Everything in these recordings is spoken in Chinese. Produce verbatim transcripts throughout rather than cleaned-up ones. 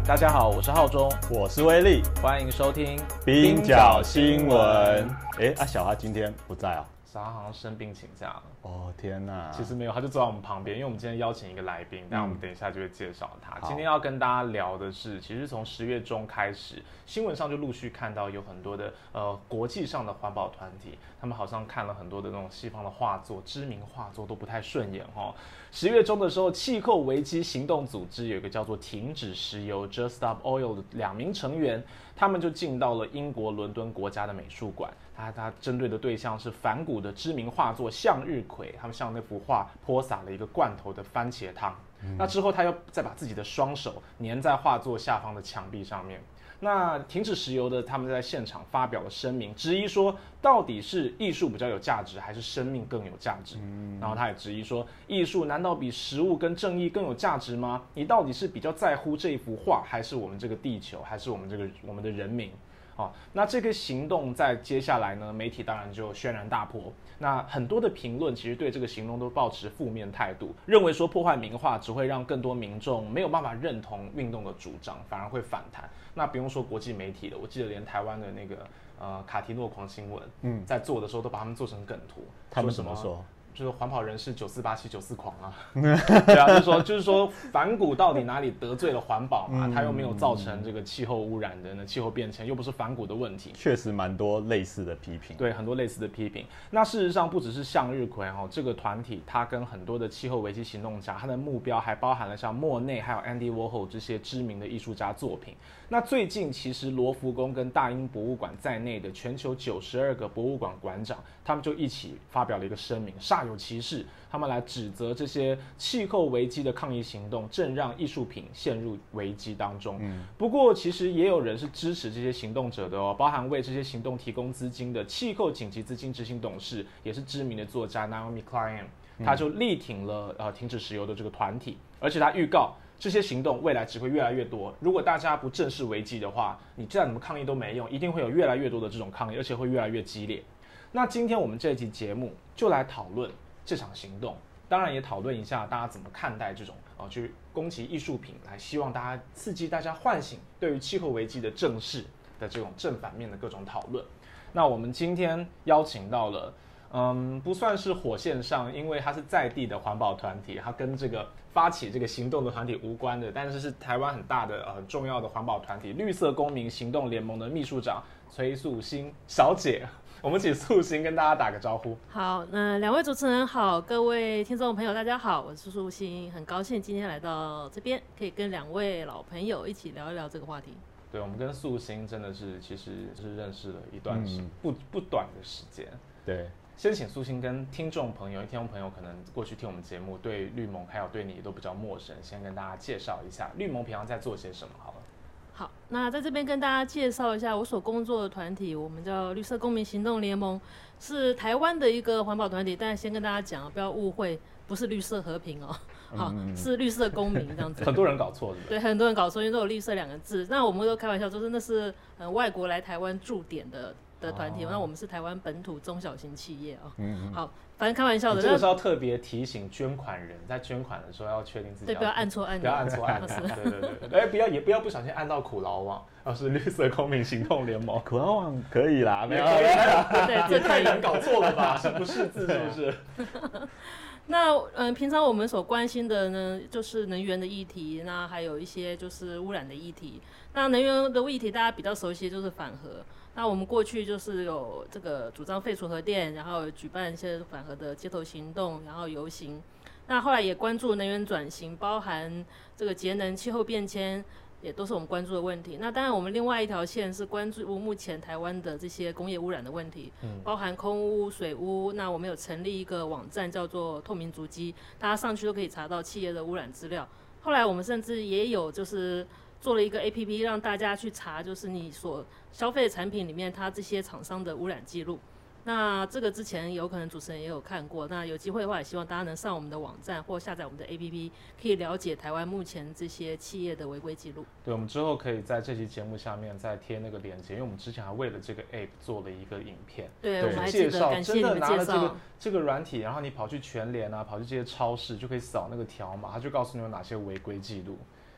大家好，我是浩中， 我是威力， 欢迎收听冰角新闻。哎，啊，小哈今天不在啊？ 小哈好像生病请假了。 哦，天哪！ 其实没有，他就坐在我们旁边，因为我们今天邀请一个来宾，但我们等一下就会介绍他。 嗯、 今天要跟大家聊的是，其实从十月中开始，新闻上就陆续看到有很多的呃国际上的环保团体，他们好像看了很多的那种西方的画作，知名画作都不太顺眼哈。十月中的时候，气候危机行动组织有一个叫做停止石油 （Just Stop Oil） 的两名成员，他们就进到了英国伦敦国家的美术馆。他他针对的对象是梵谷的知名画作《向日葵》，他们向那幅画泼洒了一个罐头的番茄汤。嗯、那之后，他又再把自己的双手粘在画作下方的墙壁上面。那停止石油的他们在现场发表了声明，质疑说到底是艺术比较有价值，还是生命更有价值？嗯、然后他也质疑说，艺术难道比食物跟正义更有价值吗？你到底是比较在乎这一幅画，还是我们这个地球，还是我们这个我们的人民？哦，那这个行动在接下来呢，媒体当然就轩然大波。那很多的评论其实对这个行动都抱持负面态度，认为说破坏名画只会让更多民众没有办法认同运动的主张，反而会反弹。那不用说国际媒体了，我记得连台湾的那个呃卡提诺狂新闻，嗯，在做的时候都把他们做成梗图。 他们怎么说？ 就是环保人士九四八七九四狂啊，对啊，就是说，就是说，梵谷到底哪里得罪了环保嘛？他又没有造成这个气候污染的呢？气候变迁又不是梵谷的问题。 确实蛮多类似的批评， 对，很多类似的批评。那事实上不只是向日葵哦，这个团体它跟很多的气候危机行动家，它的目标还包含了像莫内还有 Andy Warhol 这些知名的艺术家作品。那最近其实罗浮宫跟大英博物馆在内的全球九十二个博物馆馆长，他们就一起发表了一个声明，煞有其事，他们来指责这些气候危机的抗议行动，正让艺术品陷入危机当中。嗯、不过，其实也有人是支持这些行动者的哦，包含为这些行动提供资金的气候紧急资金执行董事，也是知名的作家 Naomi Klein， 他就力挺了呃停止石油的这个团体，而且他预告这些行动未来只会越来越多。如果大家不正视危机的话，你再怎么抗议都没用，一定会有越来越多的这种抗议，而且会越来越激烈。那今天我们这一集节目就来讨论这场行动，当然也讨论一下大家怎么看待这种呃去攻击艺术品，来希望大家刺激大家唤醒对于气候危机的正视的这种正反面的各种讨论。那我们今天邀请到了，嗯，不算是火线上，因为它是在地的环保团体，它跟这个发起这个行动的团体无关的，但是是台湾很大的呃重要的环保团体绿色公民行动联盟的秘书长崔素馨小姐。我们请素馨跟大家打个招呼。 好，那两位主持人好，各位听众朋友大家好，我是素馨，很高兴今天来到这边，可以跟两位老朋友一起聊一聊这个话题。 对，我们跟素馨真的是其实是认识了一段时、嗯、不不短的时间。 对， 先请素馨跟听众朋友，听众朋友可能过去听我们节目，对绿盟还有对你都比较陌生，先跟大家介绍一下绿盟平常在做些什么好了。 好，那在这边跟大家介绍一下我所工作的团体，我们叫绿色公民行动联盟，是台湾的一个环保团体，但先跟大家讲，不要误会，不是绿色和平哦，好，嗯、是绿色公民这样子。 很多人搞错， 对，很多人搞错，因为都有绿色两个字。那我们都开玩笑说，真的是呃外国来台湾驻点的的团体，哦、那我们是台湾本土中小型企业哦。嗯嗯好，反正开玩笑的。 这个是要特别提醒捐款人，在捐款的时候要确定自己对，不要按错按钮， 不要按错按钮。对对对对，哎，不要也不要不小心按到苦劳网，而是绿色公民行动联盟。 苦劳网可以啦，没有， 对， 这太难搞错了吧？是不是字是不是？ 那嗯、呃，平常我们所关心的呢，就是能源的议题，那还有一些就是污染的议题。那能源的议题大家比较熟悉就是反核。那我们过去就是有这个主张废除核电，然后举办一些反核的街头行动，然后游行。那后来也关注能源转型，包含这个节能、气候变迁，也都是我们关注的问题。那当然，我们另外一条线是关注目前台湾的这些工业污染的问题，嗯、包含空污、水污。那我们有成立一个网站叫做透明足迹，大家上去都可以查到企业的污染资料。后来我们甚至也有就是做了一个 A P P， 让大家去查，就是你所消费的产品里面它这些厂商的污染记录。那这个之前有可能主持人也有看过，那有机会的话也希望大家能上我们的网站或下载我们的 A P P， 可以了解台湾目前这些企业的违规记录。 对，我们之后可以在这期节目下面再贴那个链接，因为我们之前还为了这个 App 做了一个影片， 对，我们还记得，感谢你们介绍。真的拿了这个这个软体，然后你跑去全联啊，跑去这些超市就可以扫那个条码，它就告诉你有哪些违规记录。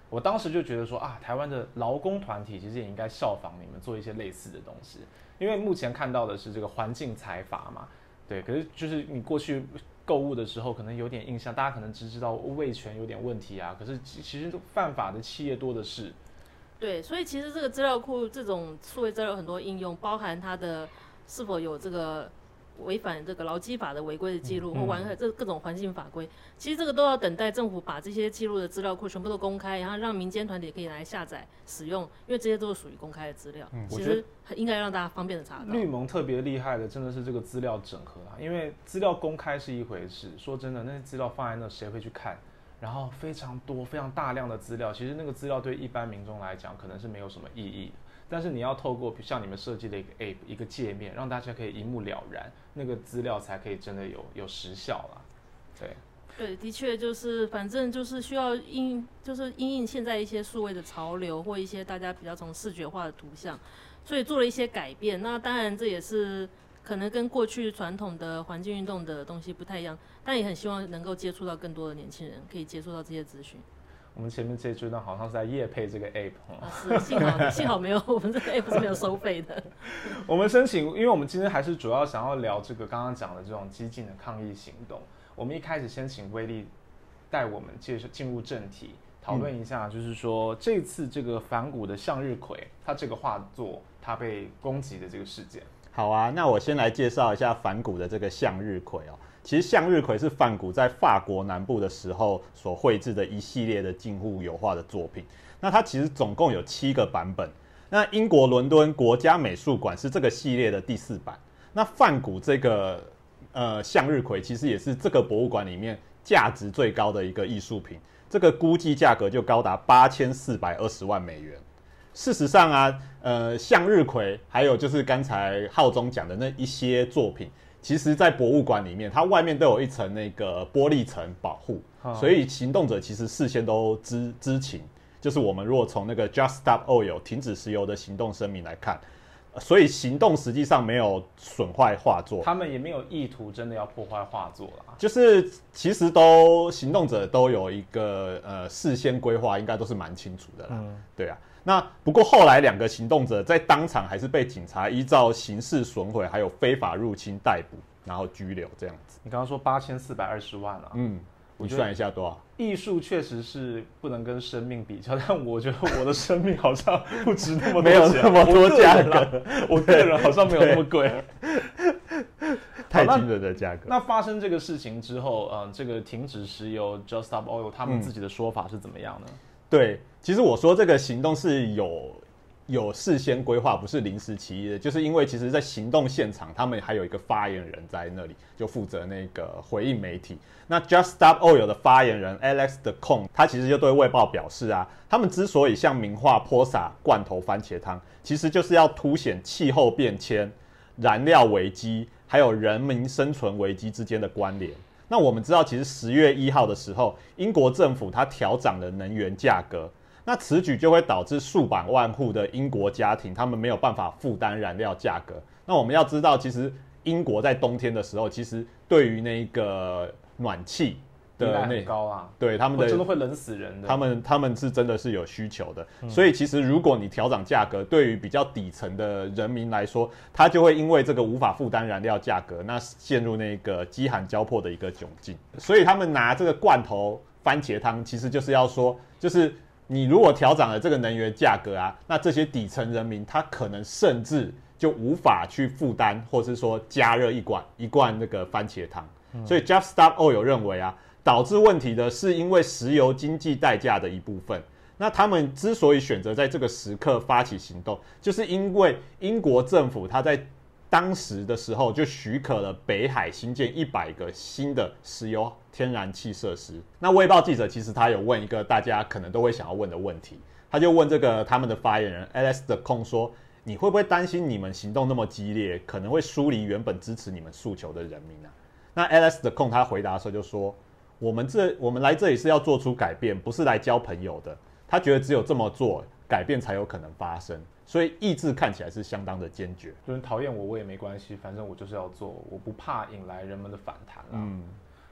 我当时就觉得说啊，台湾的劳工团体其实也应该效仿你们做一些类似的东西，因为目前看到的是这个环境财阀嘛，对，可是就是你过去购物的时候可能有点印象，大家可能只知道味全有点问题啊，可是其实犯法的企业多的是。 对，所以其实这个资料库这种数位资料有很多应用，包含它的是否有这个违反这个劳基法的违规的记录，或违反这各种环境法规，其实这个都要等待政府把这些记录的资料库全部都公开，然后让民间团体可以来下载使用，因为这些都是属于公开的资料，嗯、其实应该让大家方便的查到。 绿盟特别厉害的真的是这个资料整合啊，因为资料公开是一回事，说真的，那些资料放在那谁会去看？然后非常多、非常大量的资料，其实那个资料对一般民众来讲可能是没有什么意义的。但是你要透过像你们设计的一个 App 一个界面，让大家可以一目了然，那个资料才可以真的有有时效啦。对， 对，的确就是反正就是需要因就是因应现在一些数位的潮流或一些大家比较从视觉化的图像，所以做了一些改变。那当然这也是可能跟过去传统的环境运动的东西不太一样，但也很希望能够接触到更多的年轻人，可以接触到这些资讯。 我们前面这一段好像是在业配这个 app，、 啊、是幸好幸好没有，我们这个 app 是没有收费的。 我们申请，因为我们今天还是主要想要聊这个刚刚讲的这种激进的抗议行动。我们一开始先请威力带我们介绍进入正题，讨论一下，就是说、嗯、这次这个反骨的向日葵，它这个画作它被攻击的这个事件。 好啊，那我先来介绍一下反骨的这个向日葵哦。其实向日葵是梵谷在法国南部的时候所绘制的一系列的近乎油画的作品。那它其实总共有七个版本。那英国伦敦国家美术馆是这个系列的第四版。那梵谷这个呃向日葵其实也是这个博物馆里面价值最高的一个艺术品，这个估计价格就高达八千四百二十万美元。事实上啊，呃，向日葵还有就是刚才浩中讲的那一些作品，其实在博物馆里面，它外面都有一层那个玻璃层保护，哦、所以行动者其实事先都知知情。就是我们如果从那个 Just Stop Oil 停止石油的行动声明来看，所以行动实际上没有损坏画作， 他们也没有意图真的要破坏画作啦。 就是其实都行动者都有一个呃事先规划，应该都是蛮清楚的啦。嗯、对啊。那不过后来两个行动者在当场还是被警察依照刑事损毁还有非法入侵逮捕，然后拘留这样子。 你刚刚说八千四百二十万啊？ 嗯，你算一下多少？ 艺术确实是不能跟生命比较，但我觉得我的生命好像不值那么多钱， 没有那么多价格， 我个人好像没有那么贵， 太惊人的价格。 那发生这个事情之后，嗯、呃，这个停止石油 Just Stop Oil 他们自己的说法是怎么样呢？ 嗯对，其实我说这个行动是有有事先规划，不是临时起意的，就是因为其实在行动现场，他们还有一个发言人在那里，就负责那个回应媒体。那 Just Stop Oil 的发言人 Alex de Con， 他其实就对卫报表示啊，他们之所以向名画泼洒罐头番茄汤，其实就是要凸显气候变迁、燃料危机还有人民生存危机之间的关联。那我们知道，其实十月一号的时候，英国政府它调涨了能源价格，那此举就会导致数百万户的英国家庭，他们没有办法负担燃料价格。那我们要知道，其实英国在冬天的时候，其实对于那个暖气的那很高啊， 对他们的真的会冷死人的。 他们他们是真的是有需求的，嗯、所以其实如果你调涨价格，对于比较底层的人民来说，他就会因为这个无法负担燃料价格，那陷入那个饥寒交迫的一个窘境。所以他们拿这个罐头番茄汤，其实就是要说，就是你如果调涨了这个能源价格啊，那这些底层人民他可能甚至就无法去负担，或是说加热一罐一罐那个番茄汤。嗯、所以 Just Stop Oil 认为啊。导致问题的是因为石油经济代价的一部分。那他们之所以选择在这个时刻发起行动，就是因为英国政府他在当时的时候就许可了北海新建一百个新的石油天然气设施。那卫报记者其实他有问一个大家可能都会想要问的问题，他就问这个他们的发言人 Alex de Con 说，你会不会担心你们行动那么激烈，可能会疏离原本支持你们诉求的人民啊？那 Alex de Con 他回答的时候就说，我们这我们来这里是要做出改变，不是来交朋友的。他觉得只有这么做，改变才有可能发生，所以意志看起来是相当的坚决。 有人讨厌我，我也没关系，反正我就是要做，我不怕引来人们的反弹啦。嗯，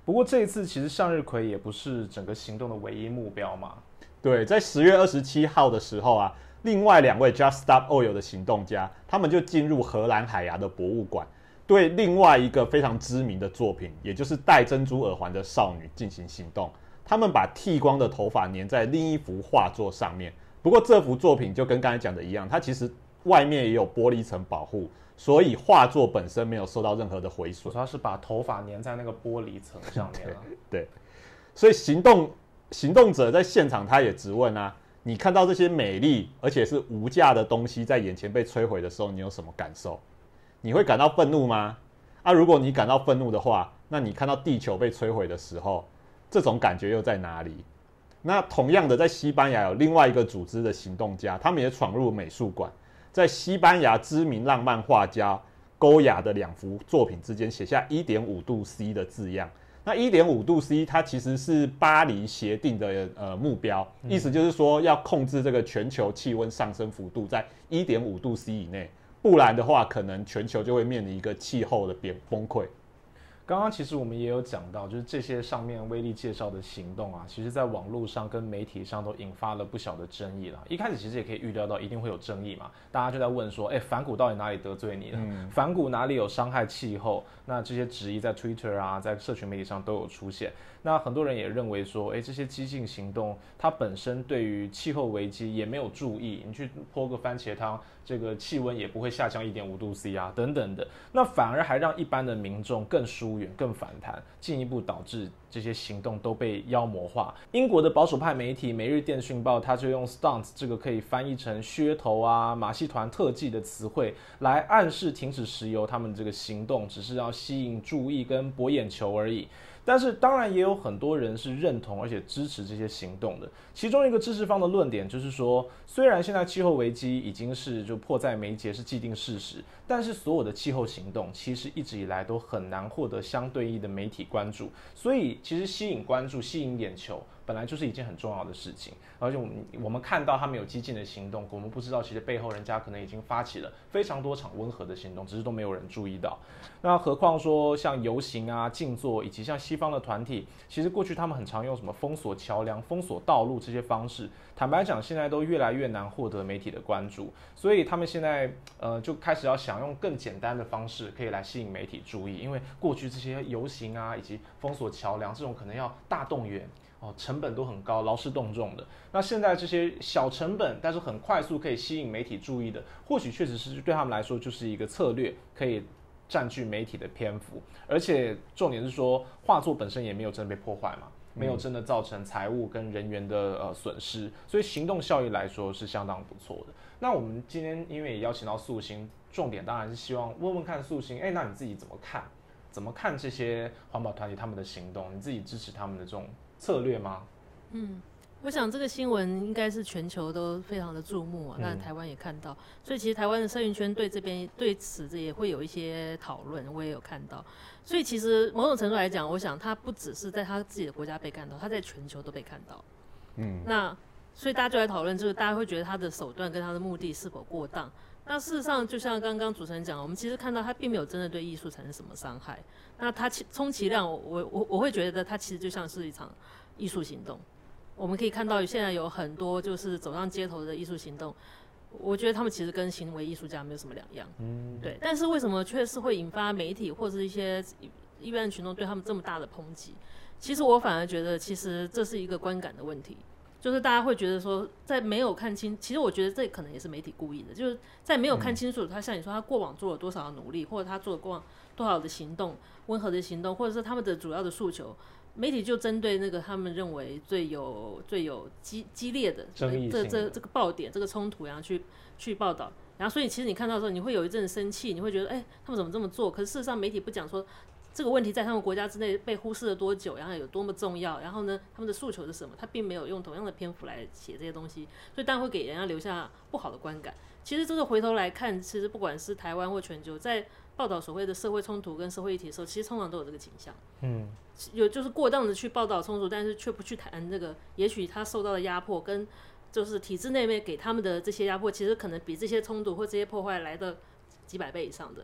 不过这一次其实向日葵也不是整个行动的唯一目标嘛。 对，在十月二十七号的时候啊，另外两位 Just Stop Oil 的行动家，他们就进入荷兰海牙的博物馆，对另外一个非常知名的作品，也就是戴珍珠耳环的少女进行行动。他们把剃光的头发粘在另一幅画作上面。不过这幅作品就跟刚才讲的一样，它其实外面也有玻璃层保护，所以画作本身没有受到任何的毁损。 它是把头发粘在那个玻璃层上面了。 对，对，所以行动行动者在现场他也质问啊，你看到这些美丽而且是无价的东西在眼前被摧毁的时候，你有什么感受？你会感到愤怒吗？啊，如果你感到愤怒的话，那你看到地球被摧毁的时候，这种感觉又在哪里？那同样的，在西班牙有另外一个组织的行动家，他们也闯入美术馆，在西班牙知名浪漫画家勾雅的两幅作品之间写下 一点五度 C 的字样。那 一点五度 C 它其实是巴黎协定的呃目标，意思就是说要控制这个全球气温上升幅度在 一点五度 C 以内，不然的话可能全球就会面临一个气候的崩溃。 刚刚其实我们也有讲到，就是这些上面威力介绍的行动啊，其实在网络上跟媒体上都引发了不小的争议啦。一开始其实也可以预料到一定会有争议嘛，大家就在问说，哎，反骨到底哪里得罪你了？嗯、反骨哪里有伤害气候？那这些质疑在 Twitter 啊，在社群媒体上都有出现。那很多人也认为说，哎，这些激进行动它本身对于气候危机也没有注意，你去泼个番茄汤，这个气温也不会下降 一点五度 C 啊，等等的，那反而还让一般的民众更疏远、更反弹，进一步导致这些行动都被妖魔化。英国的保守派媒体《每日电讯报》它就用 "stunts" 这个可以翻译成噱头啊、马戏团特技的词汇，来暗示停止石油他们这个行动只是要吸引注意跟博眼球而已。但是当然也有很多人是认同而且支持这些行动的。其中一个支持方的论点就是说，虽然现在气候危机已经是就迫在眉睫，是既定事实，但是所有的气候行动其实一直以来都很难获得相对应的媒体关注，所以其实吸引关注、吸引眼球本来就是一件很重要的事情。而且我们我们看到他们有激进的行动，我们不知道其实背后人家可能已经发起了非常多场温和的行动，只是都没有人注意到。那何况说像游行啊、静坐，以及像西方的团体，其实过去他们很常用什么封锁桥梁、封锁道路这些方式，坦白讲现在都越来越难获得媒体的关注，所以他们现在呃就开始要想用更简单的方式可以来吸引媒体注意，因为过去这些游行啊以及封锁桥梁这种可能要大动员哦，成本都很高，劳师动众的。那现在这些小成本但是很快速可以吸引媒体注意的，或许确实是对他们来说就是一个策略，可以占据媒体的篇幅。而且重点是说，画作本身也没有真的被破坏嘛，没有真的造成财务跟人员的呃损失，所以行动效益来说是相当不错的。那我们今天因为也邀请到素心，重点当然是希望问问看素心，哎，那你自己怎么看？怎么看这些环保团体他们的行动？你自己支持他们的这种策略吗？ 嗯，我想这个新闻应该是全球都非常的注目啊，当然台湾也看到，所以其实台湾的社运圈对这边对此也会有一些讨论，我也有看到。所以其实某种程度来讲，我想他不只是在他自己的国家被看到，他在全球都被看到。嗯，那所以大家就来讨论，就是大家会觉得他的手段跟他的目的是否过当。那事实上，就像刚刚主持人讲，我们其实看到他并没有真的对艺术产生什么伤害。那他充其量，我我我会觉得他其实就像是一场艺术行动。我们可以看到现在有很多就是走上街头的艺术行动，我觉得他们其实跟行为艺术家没有什么两样。嗯，对。但是为什么却是会引发媒体或是一些一般群众对他们这么大的抨击？其实我反而觉得，其实这是一个观感的问题。就是大家会觉得说，在没有看清，其实我觉得这可能也是媒体故意的，就是在没有看清楚他像你说他过往做了多少的努力，或者他做了过往多少的行动，温和的行动，或者是他们的主要的诉求，媒体就针对那个他们认为最有最有激激烈的争议性的这这这个爆点、这个冲突，然后去去报道。然后所以其实你看到的时候，你会有一阵生气，你会觉得哎，他们怎么这么做？可是事实上媒体不讲说这个问题在他们国家之内被忽视了多久，然后有多么重要，然后呢，他们的诉求是什么？他并没有用同样的篇幅来写这些东西，所以当然会给人家留下不好的观感。其实这个回头来看，其实不管是台湾或全球，在报道所谓的社会冲突跟社会议题的时候，其实通常都有这个倾向。嗯，有就是过当的去报道冲突，但是却不去谈这个，也许他受到的压迫跟就是体制内面给他们的这些压迫，其实可能比这些冲突或这些破坏来的几百倍以上的。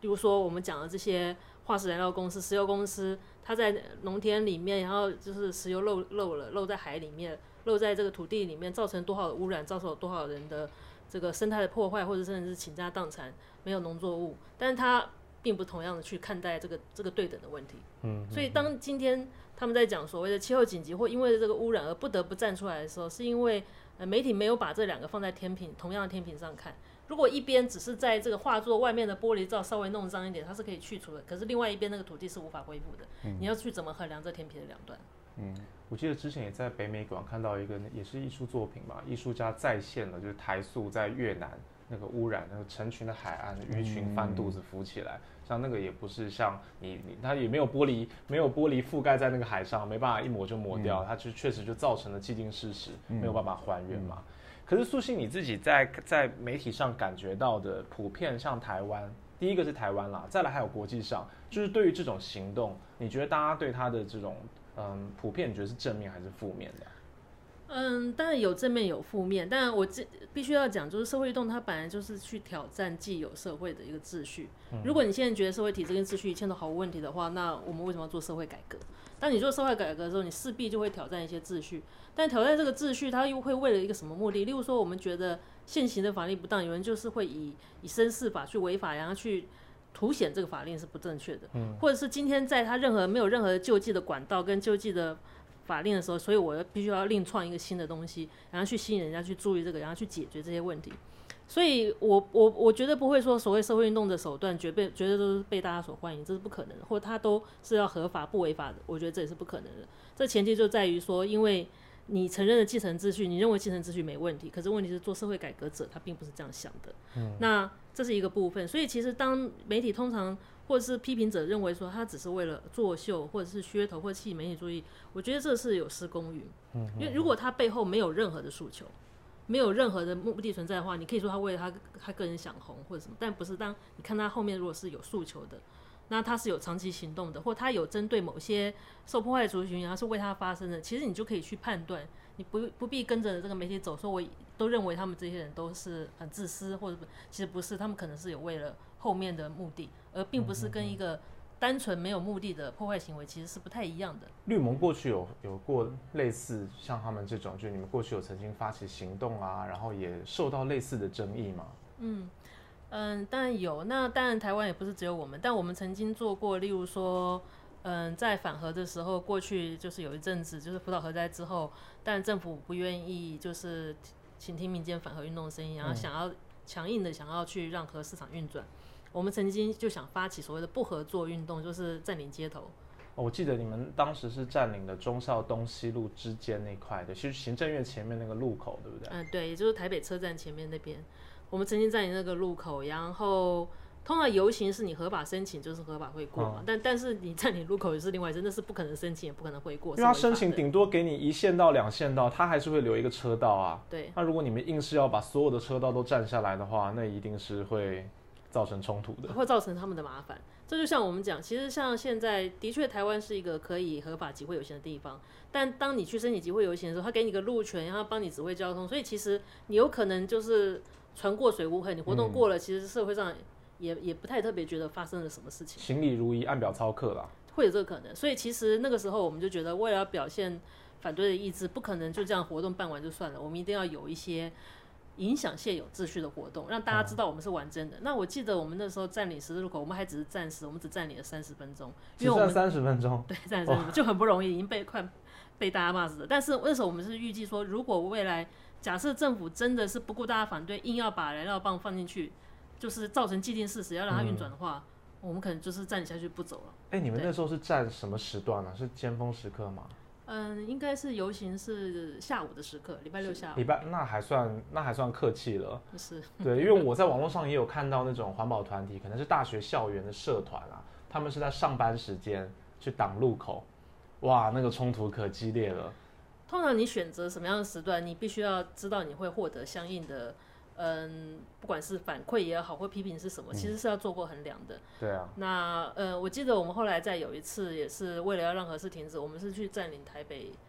例如说我们讲的这些化石燃料公司、石油公司，它在农田里面，然后就是石油漏漏了，漏在海里面，漏在这个土地里面，造成多少的污染，造成多少人的这个生态的破坏，或者甚至是倾家荡产，没有农作物，但是它并不同样的去看待这个这个对等的问题。嗯，所以当今天他们在讲所谓的气候紧急或因为这个污染而不得不站出来的时候，是因为呃媒体没有把这两个放在天平同样的天平上看。如果一边只是在这个画作外面的玻璃罩稍微弄脏一点，它是可以去除的，可是另外一边那个土地是无法恢复的。嗯、你要去怎么衡量这天平的两端？ 嗯，我记得之前也在北美馆看到一个也是艺术作品吧，艺术家再现了就是台塑在越南那个污染那个成群的海岸，鱼群翻肚子浮起来。嗯，像那个也不是像你你它也没有玻璃没有玻璃覆盖在那个海上，没办法一抹就抹掉，嗯、它就确实就造成了既定事实，嗯、没有办法还原嘛。嗯、可是素馨你自己在在媒体上感觉到的普遍，像台湾，第一个是台湾啦，再来还有国际上，就是对于这种行动，你觉得大家对它的这种嗯普遍，你觉得是正面还是负面的？ 嗯，当然有正面有负面，但我必须要讲，就是社会运动它本来就是去挑战既有社会的一个秩序。嗯、如果你现在觉得社会体制跟秩序一切都毫无问题的话，那我们为什么要做社会改革？当你做社会改革的时候，你势必就会挑战一些秩序，但挑战这个秩序，它又会为了一个什么目的？例如说，我们觉得现行的法令不当，有人就是会以以绅士法去违法，然后去凸显这个法令是不正确的，嗯、或者是今天在它任何没有任何救济的管道跟救济的法令的时候，所以我必须要另创一个新的东西，然后去吸引人家去注意这个，然后去解决这些问题。所以我我我觉得不会说所谓社会运动的手段绝对绝对都是被大家所欢迎，这是不可能的，或它都是要合法不违法的，我觉得这也是不可能的。这前提就在于说，因为你承认了继承秩序，你认为继承秩序没问题，可是问题是做社会改革者他并不是这样想的。嗯，那这是一个部分。所以其实当媒体通常或者是批评者认为说他只是为了作秀，或者是噱头，或者吸引媒体注意，我觉得这是有失公允。嗯，因为如果他背后没有任何的诉求，没有任何的目的存在的话，你可以说他为了他他个人想红或者什么，但不是。当你看他后面如果是有诉求的，那他是有长期行动的，或他有针对某些受迫害的族群，然后是为他发声的，其实你就可以去判断，你不不必跟着这个媒体走，说我都认为他们这些人都是很自私，或者其实不是，他们可能是有为了后面的目的，而并不是跟一个单纯没有目的的破坏行为其实是不太一样的。 绿盟过去有有过类似像他们这种，就你们过去有曾经发起行动啊，然后也受到类似的争议吗？ 嗯嗯，当然有。那当然台湾也不是只有我们，但我们曾经做过，例如说，嗯，在反核的时候，过去就是有一阵子，就是福岛核灾之后，但政府不愿意就是倾听民间反核运动的声音，然后想要强硬的想要去让核市场运转。我们曾经就想发起所谓的不合作运动，就是占领街头。 哦，我记得你们当时是占领了忠孝东西路之间那块的，其实行政院前面那个路口，对不对？ 嗯，对，也就是台北车站前面那边，我们曾经占领那个路口，然后通常游行是你合法申请就是合法会过嘛，嗯、但但是你占领路口也是另外，真的是不可能申请，也不可能会过， 因为他申请顶多给你一线道、两线道，他还是会留一个车道啊。 对， 那如果你们硬是要把所有的车道都占下来的话，那一定是会造成冲突的， 会造成他们的麻烦。这就像我们讲，其实像现在的确台湾是一个可以合法集会游行的地方，但当你去申请集会游行的时候，他给你个路权，然后帮你指挥交通，所以其实你有可能就是船过水无痕，你活动过了，嗯、其实社会上也也不太特别觉得发生了什么事情， 行礼如仪，按表操课啦， 会有这个可能。所以其实那个时候我们就觉得，为了要表现反对的意志，不可能就这样活动办完就算了，我们一定要有一些影响现有秩序的活动，让大家知道我们是玩真的。嗯、那我记得我们那时候占领十字路口，我们还只是暂时，我们只占领了三十分钟， 只占三十分钟， 对，占三十分钟就很不容易，已经被快被大家骂死了。但是那时候我们是预计说，如果未来假设政府真的是不顾大家反对，硬要把燃料棒放进去，就是造成既定事实，要让它运转的话，嗯、我们可能就是占领下去不走了。 哎、欸，你们那时候是占什么时段啊？是尖峰时刻吗？ 嗯，应该是游行是下午的时刻，礼拜六下午。 礼拜那还算那还算客气了。 是。 对，因为我在网络上也有看到那种环保团体，可能是大学校园的社团啊，他们是在上班时间去挡路口，哇，那个冲突可激烈了。 通常你选择什么样的时段，你必须要知道你会获得相应的。嗯，不管是反馈也好，或批评是什么，其实是要做过衡量的。 嗯、对啊。 那呃，我记得我们后来在有一次也是为了要让核四停止，我们是去占领台北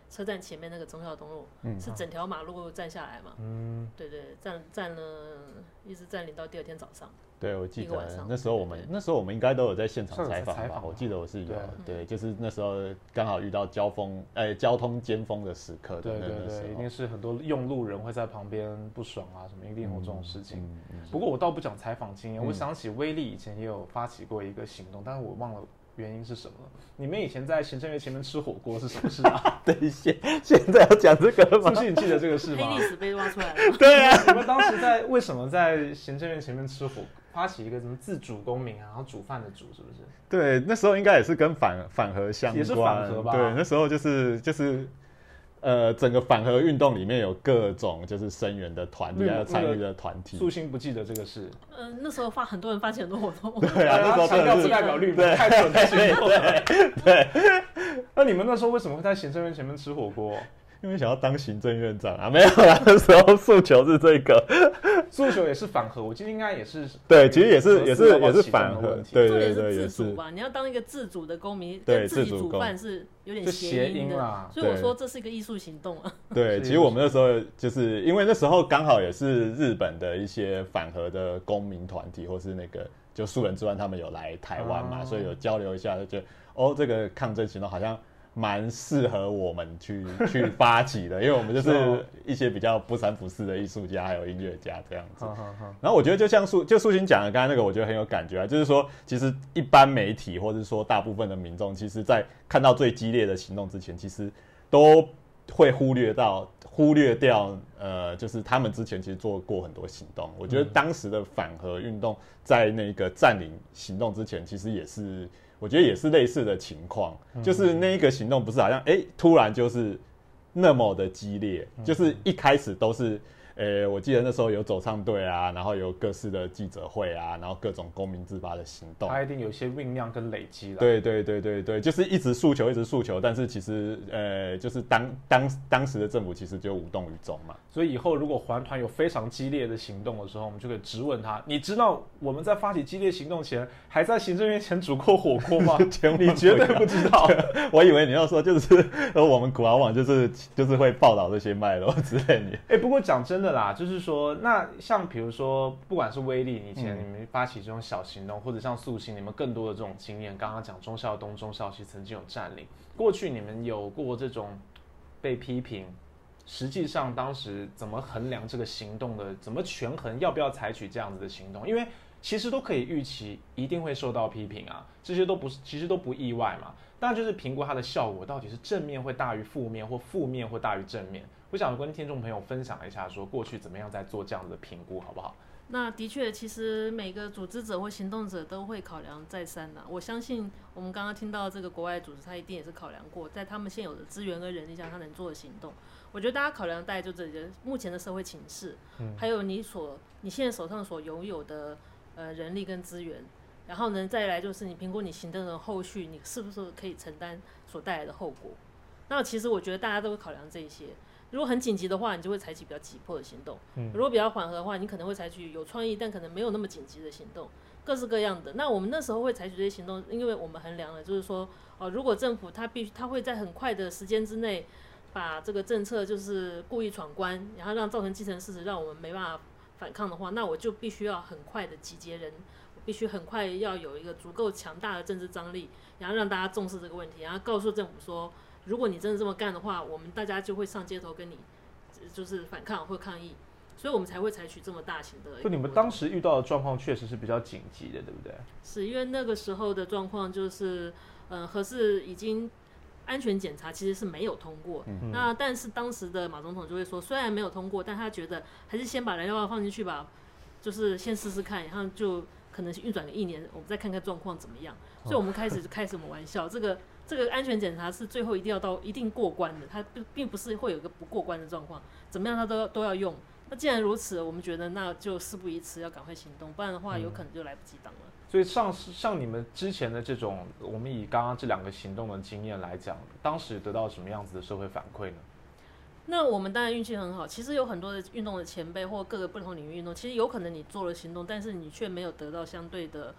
车站前面那个忠孝东路， 嗯是整条马路站下来嘛。嗯，对对，站站了一直占领到第二天早上。 对，我记一个晚上得那时候我们对对那时候我们应该都有在现场是有采访吧？ 采访我记得我是有， 对对，就是那时候刚好遇到交锋，呃，交通尖峰的时刻的对对那个时对，一候定。是很多用路人会在旁边不爽啊，什么一定有这种事情。 嗯嗯不过我倒不讲采访经验， 嗯我想起威力以前也有发起过一个行动，但是我忘了原因是什么了。你们以前在行政院前面吃火锅是什么事啊？ 等一下，现在要讲这个吗？ 苏西，你记得这个事吗黑历？史被挖出来了。 对啊， 你们当时在为什么在行政院前面吃火，发起一个什么自主公民啊，然后煮饭的煮是不是？ 对，那时候应该也是跟反反核相关， 也是反核吧对，那时候就是就是。呃，整个反核运动里面有各种就是声援的团体， 绿还有参与的团体。 素心不记得这个事。 嗯、呃，那时候发很多人发起很多活动。 对啊，那时候强调不真的是代表绿对太蠢太行动了。 对对， 那你们那时候为什么会在行政院前面吃火锅？ 因为想要当行政院长啊，没有啦，那时候诉求是这个， 诉求也是反核，我记得应该也是。 对，其实也是也是要不要也是启动的反核问，题对重点对对，也是是自主吧，你要当一个自主的公民， 对跟自己自主公煮饭是有点就谐谐音的音啦， 所以我对说这是一个艺术行动啊。 对， 是其实我们那时候就是因为那时候刚好也是日本的一些反核的公民团体，或是那个就素人之湾他们有来台湾嘛， 哦所以有交流一下，就觉得哦，这个抗争行动好像蛮适合我们去去发起的，因为我们就是哦一些比较不三不四的艺术家还有音乐家这样子。 好好好， 然后我觉得就像素就素心讲的刚才那个，我觉得很有感觉啊，就是说其实一般媒体或者说大部分的民众，其实在看到最激烈的行动之前，其实都会忽略到忽略掉，呃，就是他们之前其实做过很多行动。我觉得当时的反核运动在那个占领行动之前，其实也是，我觉得也是类似的情况，就是那一个行动不是好像哎、欸、突然就是那么的激烈，就是一开始都是。呃，我记得那时候有走唱队啊，然后有各式的记者会啊，然后各种公民自发的行动， 它一定有一些酝酿跟累积了。 对对对对对，就是一直诉求，一直诉求，但是其实呃，就是当当当时的政府其实就无动于衷嘛。 所以以后如果环团有非常激烈的行动的时候，我们就可以质问他：你知道我们在发起激烈行动前，还在行政院前煮过火锅吗？你绝对不知道。 我以为你要说就是呃，我们古豪网就是就是会报道这些脉络之类的。 哎、欸，不过讲真的啦，就是说，那像比如说，不管是威力以前你们发起这种小行动，嗯、或者像素心，你们更多的这种经验，刚刚讲忠孝东、忠孝西曾经有占领，过去你们有过这种被批评。实际上，当时怎么衡量这个行动的？怎么权衡要不要采取这样子的行动？因为其实都可以预期一定会受到批评啊，这些都不是，其实都不意外嘛。当然就是评估它的效果到底是正面会大于负面，或负面会大于正面。我想跟听众朋友分享一下，说过去怎么样在做这样子的评估，好不好？ 那的确，其实每个组织者或行动者都会考量再三的。我相信我们刚刚听到这个国外组织，他一定也是考量过，在他们现有的资源跟人力下，他能做的行动。我觉得大家考量大概就这些，目前的社会情势，嗯、还有你所你现在手上所拥有的呃人力跟资源，然后呢再来就是你评估你行动的后续，你是不是可以承担所带来的后果。那其实我觉得大家都会考量这一些。如果很紧急的话，你就会采取比较急迫的行动；嗯、如果比较缓和的话，你可能会采取有创意但可能没有那么紧急的行动，各式各样的。那我们那时候会采取这些行动，因为我们衡量了，就是说，哦，如果政府它必须，它会在很快的时间之内，把这个政策就是故意闯关，然后让造成既成事实，让我们没办法反抗的话，那我就必须要很快的集结人，我必须很快要有一个足够强大的政治张力，然后让大家重视这个问题，然后告诉政府说。如果你真的这么干的话，我们大家就会上街头跟你就是反抗或抗议，所以我们才会采取这么大型的。 就你们当时遇到的状况确实是比较紧急的，对不对？ 是因为那个时候的状况就是，呃，核四已经安全检查其实是没有通过，嗯、那但是当时的马总统就会说，虽然没有通过，但他觉得还是先把燃料棒放进去吧，就是先试试看，然后就可能运转个一年，我们再看看状况怎么样。所以我们开始就开什么玩笑，这个。这个安全检查是最后一定要到一定过关的，它并不是会有一个不过关的状况，怎么样它都要都要用。那既然如此，我们觉得那就事不宜迟，要赶快行动，不然的话有可能就来不及挡了。嗯、 所以像像你们之前的这种，我们以刚刚这两个行动的经验来讲，当时得到什么样子的社会反馈呢？ 那我们当然运气很好，其实有很多的运动的前辈或各个不同领域运动，其实有可能你做了行动，但是你却没有得到相对的。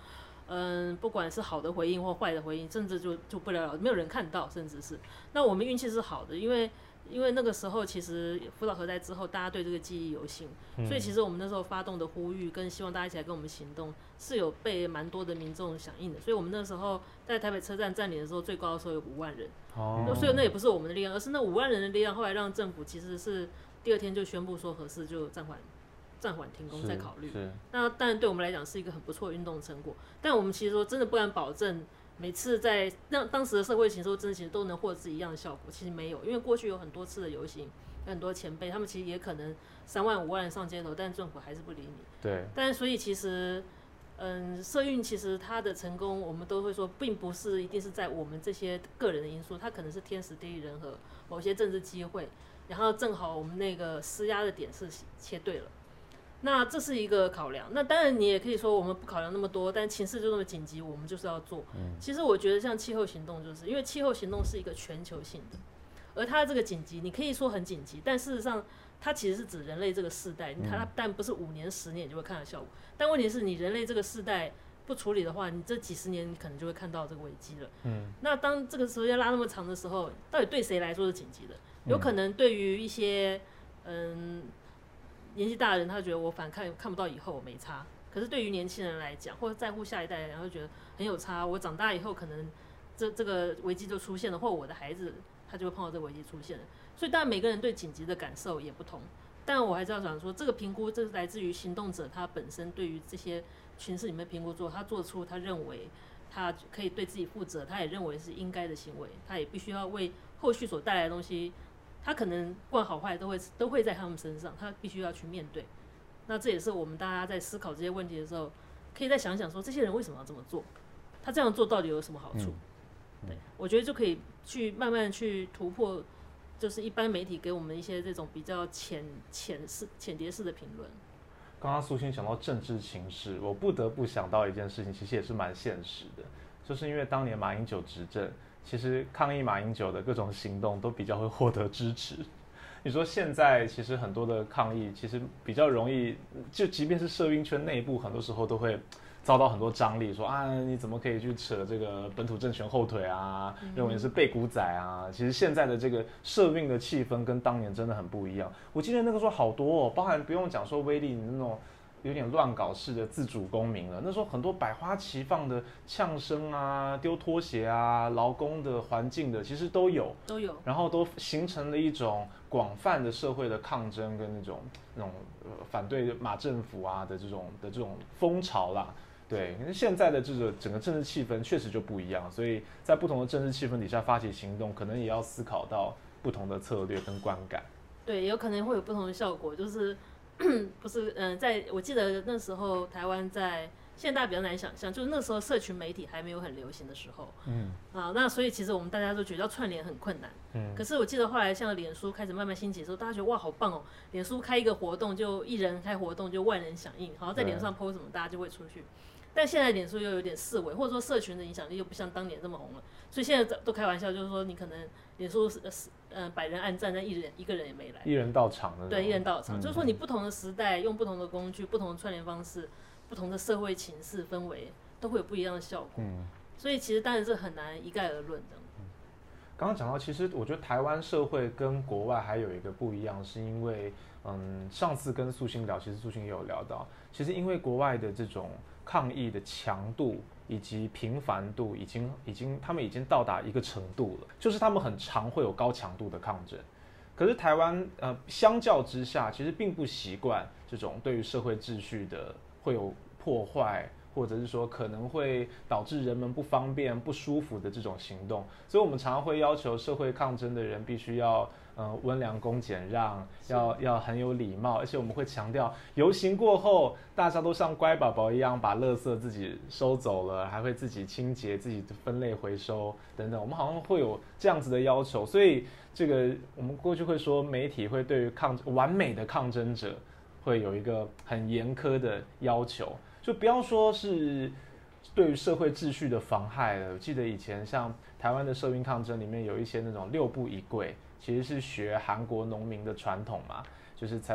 嗯，不管是好的回应或坏的回应，甚至就就不了了，没有人看到，甚至是，那我们运气是好的，因为因为那个时候其实福岛核灾之后，大家对这个记忆犹新，嗯、所以其实我们那时候发动的呼吁跟希望大家一起来跟我们行动，是有被蛮多的民众响应的，所以我们那时候在台北车站占领的时候，最高的时候有五万人，哦，所以那也不是我们的力量，而是那五万人的力量，后来让政府其实是第二天就宣布说核四就暂缓。暂缓停工再考虑，那当然对我们来讲是一个很不错的运动成果。但我们其实说真的不敢保证每次在让当时的社会情绪真的其实都能获得一样的效果，其实没有，因为过去有很多次的游行，有很多前辈他们其实也可能三万五万人上街头，但政府还是不理你。 对。 但所以其实，嗯，社运其实它的成功，我们都会说，并不是一定是在我们这些个人的因素，它可能是天时地利人和，某些政治机会，然后正好我们那个施压的点是切对了。那这是一个考量，那当然你也可以说我们不考量那么多，但情势就那么紧急，我们就是要做。嗯、其实我觉得像气候行动，就是因为气候行动是一个全球性的，而它这个紧急，你可以说很紧急，但事实上它其实是指人类这个世代，它但不是五年十年你就会看到效果。但问题是你人类这个世代不处理的话，你这几十年你可能就会看到这个危机了。嗯，那当这个时候要拉那么长的时候，到底对谁来说是紧急的？有可能对于一些嗯。年纪大的人，他觉得我反看看不到以后我没差。可是对于年轻人来讲，或者在乎下一代的人，会觉得很有差。我长大以后，可能这这个危机就出现了，或我的孩子他就会碰到这个危机出现了。所以当然每个人对紧急的感受也不同。但我还是要讲说，这个评估这是来自于行动者他本身对于这些群势里面评估做，他做出他认为他可以对自己负责，他也认为是应该的行为，他也必须要为后续所带来的东西。他可能不管好坏都会都会在他们身上，他必须要去面对。那这也是我们大家在思考这些问题的时候，可以再想想说，这些人为什么要这么做？他这样做到底有什么好处？嗯、对，我觉得就可以去慢慢去突破，就是一般媒体给我们一些这种比较浅浅式、浅碟式的评论。 刚刚苏欣讲到政治情势，我不得不想到一件事情，其实也是蛮现实的，就是因为当年马英九执政。其实抗议马英九的各种行动都比较会获得支持。你说现在其实很多的抗议，其实比较容易，就即便是社运圈内部，很多时候都会遭到很多张力，说啊你怎么可以去扯这个本土政权后腿啊，认为是背骨仔啊。其实现在的这个社运的气氛跟当年真的很不一样。我记得那个时候好多哦，包含不用讲说威力那种。有点乱搞式的自主公民了。那时候很多百花齐放的呛声啊、丢拖鞋啊、劳工的环境的，其实都有， 都有， 然后都形成了一种广泛的社会的抗争跟那种那种、呃、反对马政府啊的这种的这种风潮啦。对，现在的这个整个政治气氛确实就不一样，所以在不同的政治气氛底下发起行动，可能也要思考到不同的策略跟观感。 对，有可能会有不同的效果，就是。不是，嗯、呃，在我记得那时候台湾在，现在大家比较难想象，就是那时候社群媒体还没有很流行的时候，嗯，啊，那所以其实我们大家都觉得要串联很困难，嗯，可是我记得后来像脸书开始慢慢兴起的时候，大家觉得哇好棒哦，脸书开一个活动就一人开活动就万人响应，好在脸书上 po 什么大家就会出去，但现在脸书又有点式微，或者说社群的影响力又不像当年这么红了，所以现在都开玩笑就是说你可能脸书是呃，百人按赞，但一人一个人也没来， 一人到场的， 对，一人到场，嗯、就是说你不同的时代用不同的工具、不同的串联方式、不同的社会情势氛围，都会有不一样的效果。嗯，所以其实当然是很难一概而论的。 嗯，刚刚讲到，其实我觉得台湾社会跟国外还有一个不一样，是因为嗯，上次跟素欣聊，其实素欣也有聊到，其实因为国外的这种抗议的强度。以及频繁度已经已经，他们已经到达一个程度了，就是他们很常会有高强度的抗争。可是台湾呃，相较之下，其实并不习惯这种对于社会秩序的会有破坏，或者是说可能会导致人们不方便、不舒服的这种行动。所以我们常常会要求社会抗争的人必须要。呃，温良恭俭让，要要很有礼貌，而且我们会强调，游行过后，大家都像乖宝宝一样把垃圾自己收走了，还会自己清洁、自己分类回收等等。我们好像会有这样子的要求，所以这个我们过去会说，媒体会对于抗完美的抗争者会有一个很严苛的要求，就不要说是对于社会秩序的妨害了。我记得以前像台湾的社运抗争里面有一些那种六不一跪。其实是学韩国农民的传统嘛，就是在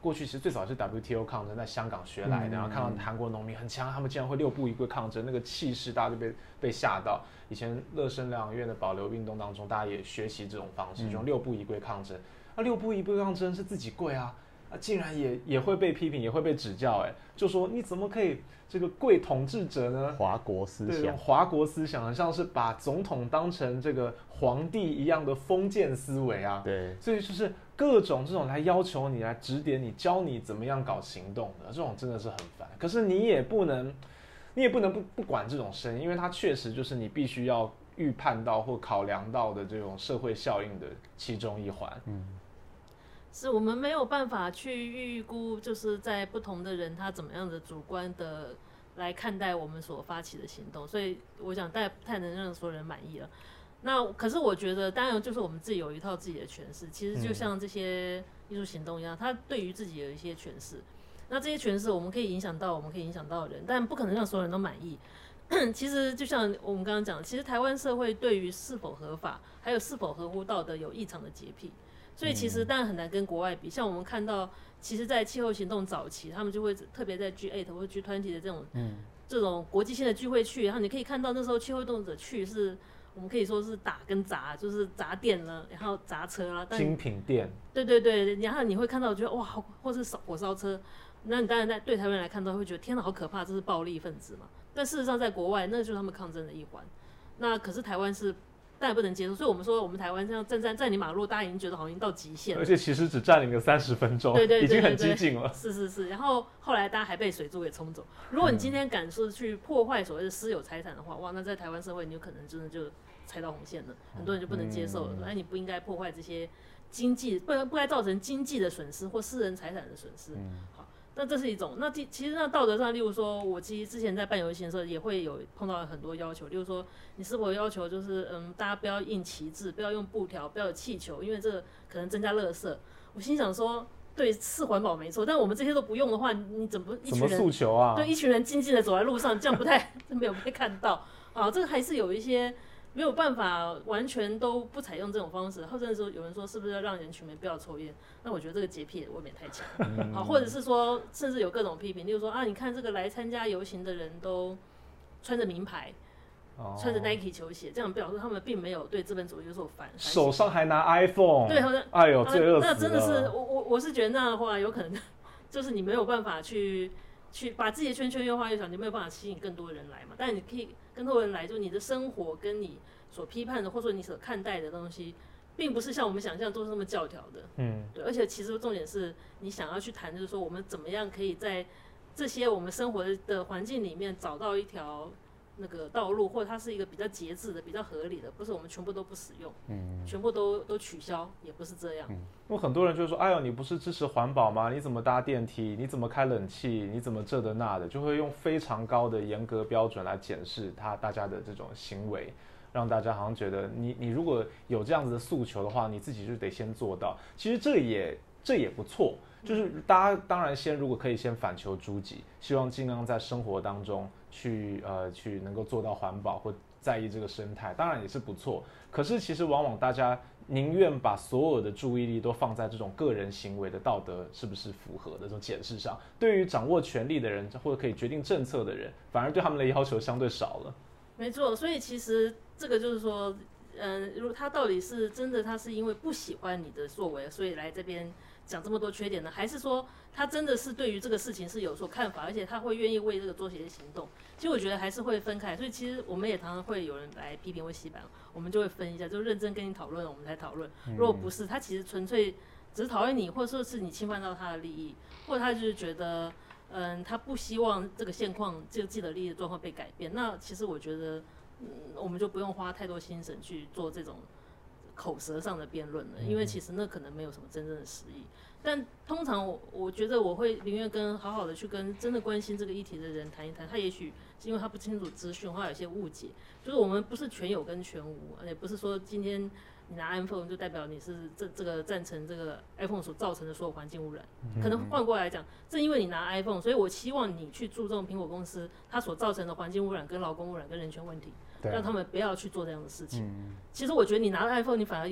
过去其实最早是 W T O 抗争在香港学来的，然后看到韩国农民很强，他们竟然会六步一跪抗争，那个气势大家就被被吓到。以前乐生疗养院的保留运动当中，大家也学习这种方式，用六步一跪抗争。啊，六步一跪抗争是自己跪啊，啊，竟然也也会被批评，也会被指教，哎，就说你怎么可以这个跪统治者呢？ 华国思想， 对，华国思想很像是把总统当成这个皇帝一样的封建思维啊。 对， 所以就是各种这种来要求你、来指点你、教你怎么样搞行动的，这种真的是很烦。可是你也不能，你也不能不不管这种声音，因为它确实就是你必须要预判到或考量到的这种社会效应的其中一环。嗯。 是我们没有办法去预估，就是在不同的人他怎么样的主观的来看待我们所发起的行动，所以我想大家不太能让所有人满意了。那可是我觉得，当然就是我们自己有一套自己的诠释，其实就像这些艺术行动一样，它对于自己有一些诠释。那这些诠释我们可以影响到，我们可以影响到人，但不可能让所有人都满意。其实就像我们刚刚讲的，其实台湾社会对于是否合法，还有是否合乎道德有异常的洁癖。所以其实当然很难跟国外比，像我们看到，其实，在气候行动早期，他们就会特别在 G 八 或者 G 二十 的这种、嗯、这种国际性的聚会去，然后你可以看到那时候气候运动者去是，我们可以说是打跟砸，就是砸店了，然后砸车了， 精品店， 对对对，然后你会看到觉得哇，或是火烧车，那你当然在对台湾人来看到会觉得天哪，好可怕，这是暴力分子嘛。但事实上，在国外那就是他们抗争的一环。那可是台湾是。但也不能接受，所以我们说我们台湾这样站站站你马路，大家已经觉得好像已经到极限了， 而且其实只占领了三十分钟， 对对对对对， 已经很激进了。 是是是，然后后来大家还被水柱给冲走。如果你今天敢说去破坏所谓的私有财产的话，哇，那在台湾社会你有可能真的就踩到红线了，很多人就不能接受了，说哎你不应该破坏这些经济，不不该造成经济的损失或私人财产的损失。好。那这是一种，那其实那道德上，例如说，我其实之前在办游行的时候，也会有碰到很多要求，例如说，你是否要求就是，嗯，大家不要印旗帜，不要用布条，不要有气球，因为这个可能增加垃圾。我心想说，对，是环保没错，但我们这些都不用的话，你怎么一群人怎么诉求啊？ 对，一群人静静的走在路上，这样不太没有被看到啊，这个还是有一些。没有办法完全都不采用这种方式，或者说有人说是不是要让人群们不要抽烟？那我觉得这个洁癖也未免太强。嗯、好，或者是说，甚至有各种批评，例如说啊，你看这个来参加游行的人都穿着名牌，哦、穿着 Nike 球鞋，这样表示他们并没有对资本主义有所反。 手上还拿 iPhone， 对，好像哎呦，罪恶死了。 那真的是我我我是觉得那样的话，有可能就是你没有办法去去把自己的圈圈越画越小，你没有办法吸引更多人来嘛。但你可以。更多人来，就你的生活跟你所批判的，或者说你所看待的东西，并不是像我们想象都是那么教条的。嗯，对。而且其实重点是你想要去谈，就是说我们怎么样可以在这些我们生活的环境里面找到一条那个道路，或者它是一个比较节制的、比较合理的，不是我们全部都不使用，嗯，全部都都取消，也不是这样。嗯， 因为很多人就说：“哎呦，你不是支持环保吗？你怎么搭电梯？你怎么开冷气？你怎么这的那的？”就会用非常高的严格标准来检视他大家的这种行为，让大家好像觉得你你如果有这样子的诉求的话，你自己就得先做到。其实这也这也不错。就是大家当然先如果可以先反求诸己，希望尽量在生活当中去呃去能够做到环保或在意这个生态，当然也是不错。可是其实往往大家宁愿把所有的注意力都放在这种个人行为的道德是不是符合的这种检视上，对于掌握权力的人或者可以决定政策的人，反而对他们的要求相对少了。 没错，所以其实这个就是说，嗯，如果他到底是真的他是因为不喜欢你的作为，所以来这边。讲这么多缺点呢，还是说他真的是对于这个事情是有所看法，而且他会愿意为这个做些行动？其实我觉得还是会分开，所以其实我们也常常会有人来批评或洗版，我们就会分一下，就认真跟你讨论，我们才讨论。如果不是，他其实纯粹只是讨厌你，或者说是你侵犯到他的利益，或者他就是觉得，嗯，他不希望这个现况就既得利益的状况被改变。那其实我觉得，嗯，我们就不用花太多心神去做这种。口舌上的辩论了，因为其实那可能没有什么真正的实意。但通常我我觉得我会宁愿跟好好的去跟真的关心这个议题的人谈一谈。他也许是因为他不清楚资讯，或他有些误解。就是我们不是全有跟全无，而且不是说今天你拿 iPhone 就代表你是这这个赞成这个 iPhone 所造成的所有环境污染。可能换过来讲，正因为你拿 iPhone， 所以我希望你去注重苹果公司它所造成的环境污染、跟劳工污染、跟人权问题。让他们不要去做这样的事情。嗯、其实我觉得你拿了 iPhone， 你反而有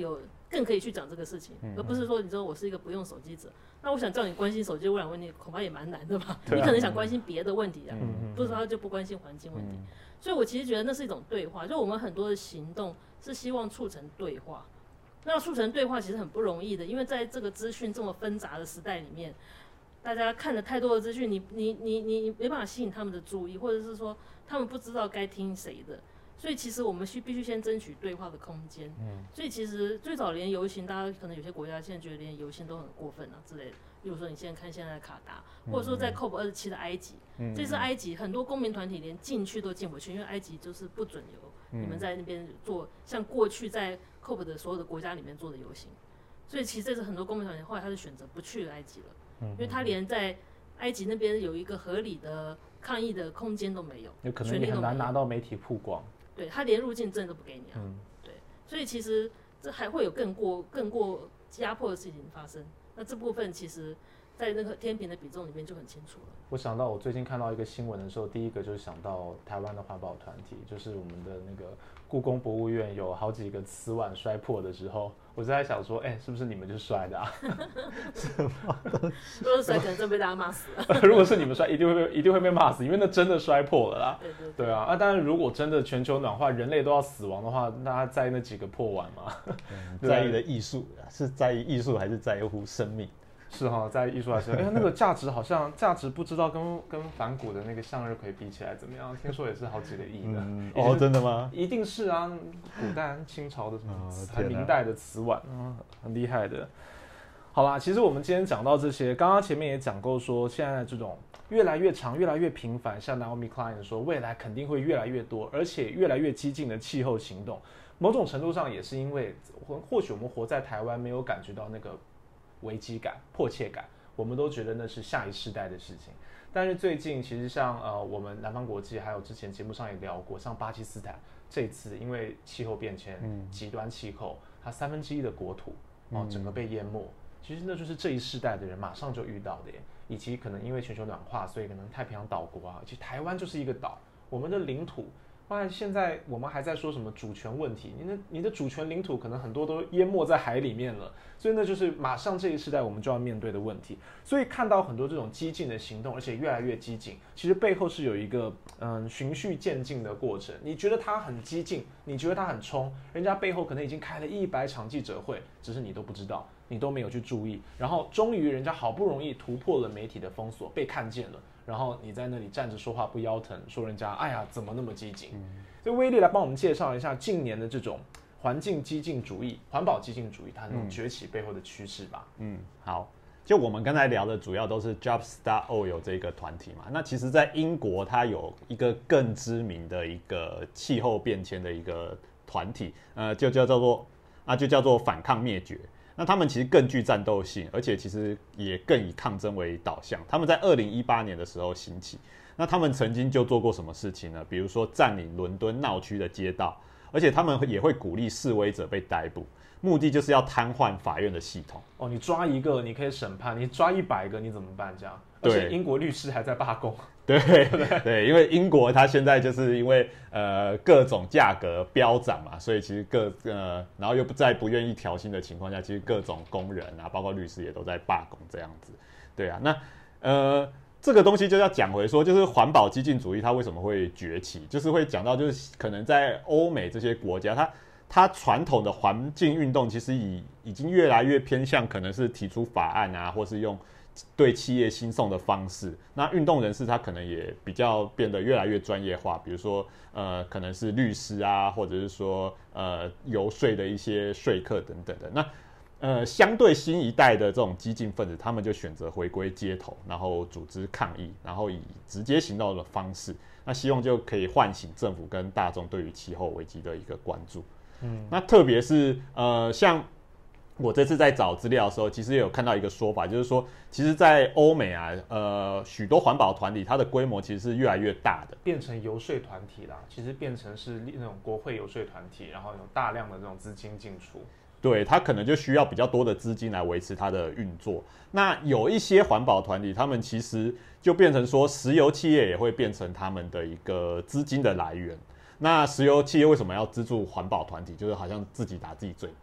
更可以去讲这个事情，而不是说你说我是一个不用手机者，那我想叫你关心手机污染问题，恐怕也蛮难的吧？你可能想关心别的问题啊，不是说他就不关心环境问题。所以我其实觉得那是一种对话，就我们很多的行动是希望促成对话。那促成对话其实很不容易的，因为在这个资讯这么纷杂的时代里面，大家看了太多的资讯，你你你你没办法吸引他们的注意，或者是说他们不知道该听谁的。所以其实我们需必须先争取对话的空间。嗯，所以其实最早连游行，大家可能有些国家现在觉得连游行都很过分啊之类的。比如说你现在看现在的卡达，或者说在 C O P 二十七的埃及，嗯、这次埃及很多公民团体连进去都进不去，因为埃及就是不准由你们在那边做像过去在 C O P 的所有的国家里面做的游行。所以其实这次很多公民团体后来他是选择不去埃及了，因为他连在埃及那边有一个合理的抗议的空间都没有， 有可能你很难拿到媒体曝光。 对，他连入境证都不给你啊。嗯，对，所以其实这还会有更过更过压迫的事情发生。那这部分其实，在那个天平的比重里面就很清楚了。 我想到我最近看到一个新闻的时候，第一个就是想到台湾的环保团体，就是我们的那个故宫博物院有好几个瓷碗摔破的时候，我就在想说，哎、欸，是不是你们就摔的啊？ 什么？如果是摔，可能真被大家骂死了。 如果是你们摔，一定会被一定会被骂死，因为那真的摔破了啦。 对对对。 对啊，啊，当然如果真的全球暖化，人类都要死亡的话，大家在意那几个破碗吗？ 嗯、在意的艺术是在意艺术还是在乎生命？ 是哈，在艺术来说，哎、欸，那个价值好像价值不知道跟跟反骨的那个向日葵比起来怎么样？听说也是好几个亿的。 嗯、哦，真的吗？ 一定是啊，古代清朝的什么，还、哦、明代的瓷碗，嗯，很厉害的。好啦，其实我们今天讲到这些，刚刚前面也讲过说，现在这种越来越长、越来越频繁，像 Naomi Klein 说，未来肯定会越来越多，而且越来越激进的气候行动，某种程度上也是因为，或许我们活在台湾没有感觉到那个危机感、迫切感，我们都觉得那是下一世代的事情。但是最近其实像呃我们南方国际，还有之前节目上也聊过，像巴基斯坦这次因为气候变迁、嗯、极端气候，它三分之一的国土哦整个被淹没。其实那就是这一世代的人马上就遇到的耶，以及可能因为全球暖化，所以可能太平洋岛国啊，其实台湾就是一个岛，我们的领土，后来现在我们还在说什么主权问题，你的你的主权领土可能很多都淹没在海里面了，所以那就是马上这一世代我们就要面对的问题。所以看到很多这种激进的行动，而且越来越激进，其实背后是有一个嗯循序渐进的过程。你觉得他很激进，你觉得他很冲，人家背后可能已经开了一百场记者会，只是你都不知道。你都没有去注意，然后终于人家好不容易突破了媒体的封锁，被看见了，然后你在那里站着说话不腰疼，说人家哎呀怎么那么激进？嗯、所以威力来帮我们介绍一下近年的这种环境激进主义、环保激进主义它那种崛起背后的趋势吧。 嗯，好，就我们刚才聊的主要都是 Jumpstart Oil 这个团体嘛。那其实，在英国它有一个更知名的一个气候变迁的一个团体，呃，就叫做啊，就叫做反抗灭绝。那他们其实更具战斗性，而且其实也更以抗争为导向。他们在二零一八年的时候兴起，那他们曾经就做过什么事情呢？比如说占领伦敦闹区的街道，而且他们也会鼓励示威者被逮捕，目的就是要瘫痪法院的系统。 哦，你抓一个你可以审判，你抓一百个你怎么办？这样，而且英国律师还在罢工。 对对对，因为英国它现在就是因为呃各种价格飙涨嘛，所以其实各呃然后又不在不愿意调薪的情况下，其实各种工人啊，包括律师也都在罢工这样子。对啊，那呃这个东西就要讲回说，就是环保激进主义它为什么会崛起，就是会讲到就是可能在欧美这些国家，它它传统的环境运动其实已已经越来越偏向可能是提出法案啊，或是用对企业兴讼的方式，那运动人士他可能也比较变得越来越专业化，比如说呃可能是律师啊，或者是说呃游说的一些说客等等的。那呃相对新一代的这种激进分子，他们就选择回归街头，然后组织抗议，然后以直接行动的方式，那希望就可以唤醒政府跟大众对于气候危机的一个关注。嗯，那特别是呃像我这次在找资料的时候，其实也有看到一个说法，就是说，其实，在欧美啊，呃，许多环保团体，它的规模其实是越来越大的， 变成游说团体啦。其实变成是那种国会游说团体，然后有大量的这种资金进出。 对，它可能就需要比较多的资金来维持它的运作。那有一些环保团体，他们其实就变成说，石油企业也会变成他们的一个资金的来源。那石油企业为什么要资助环保团体？就是好像自己打自己嘴巴。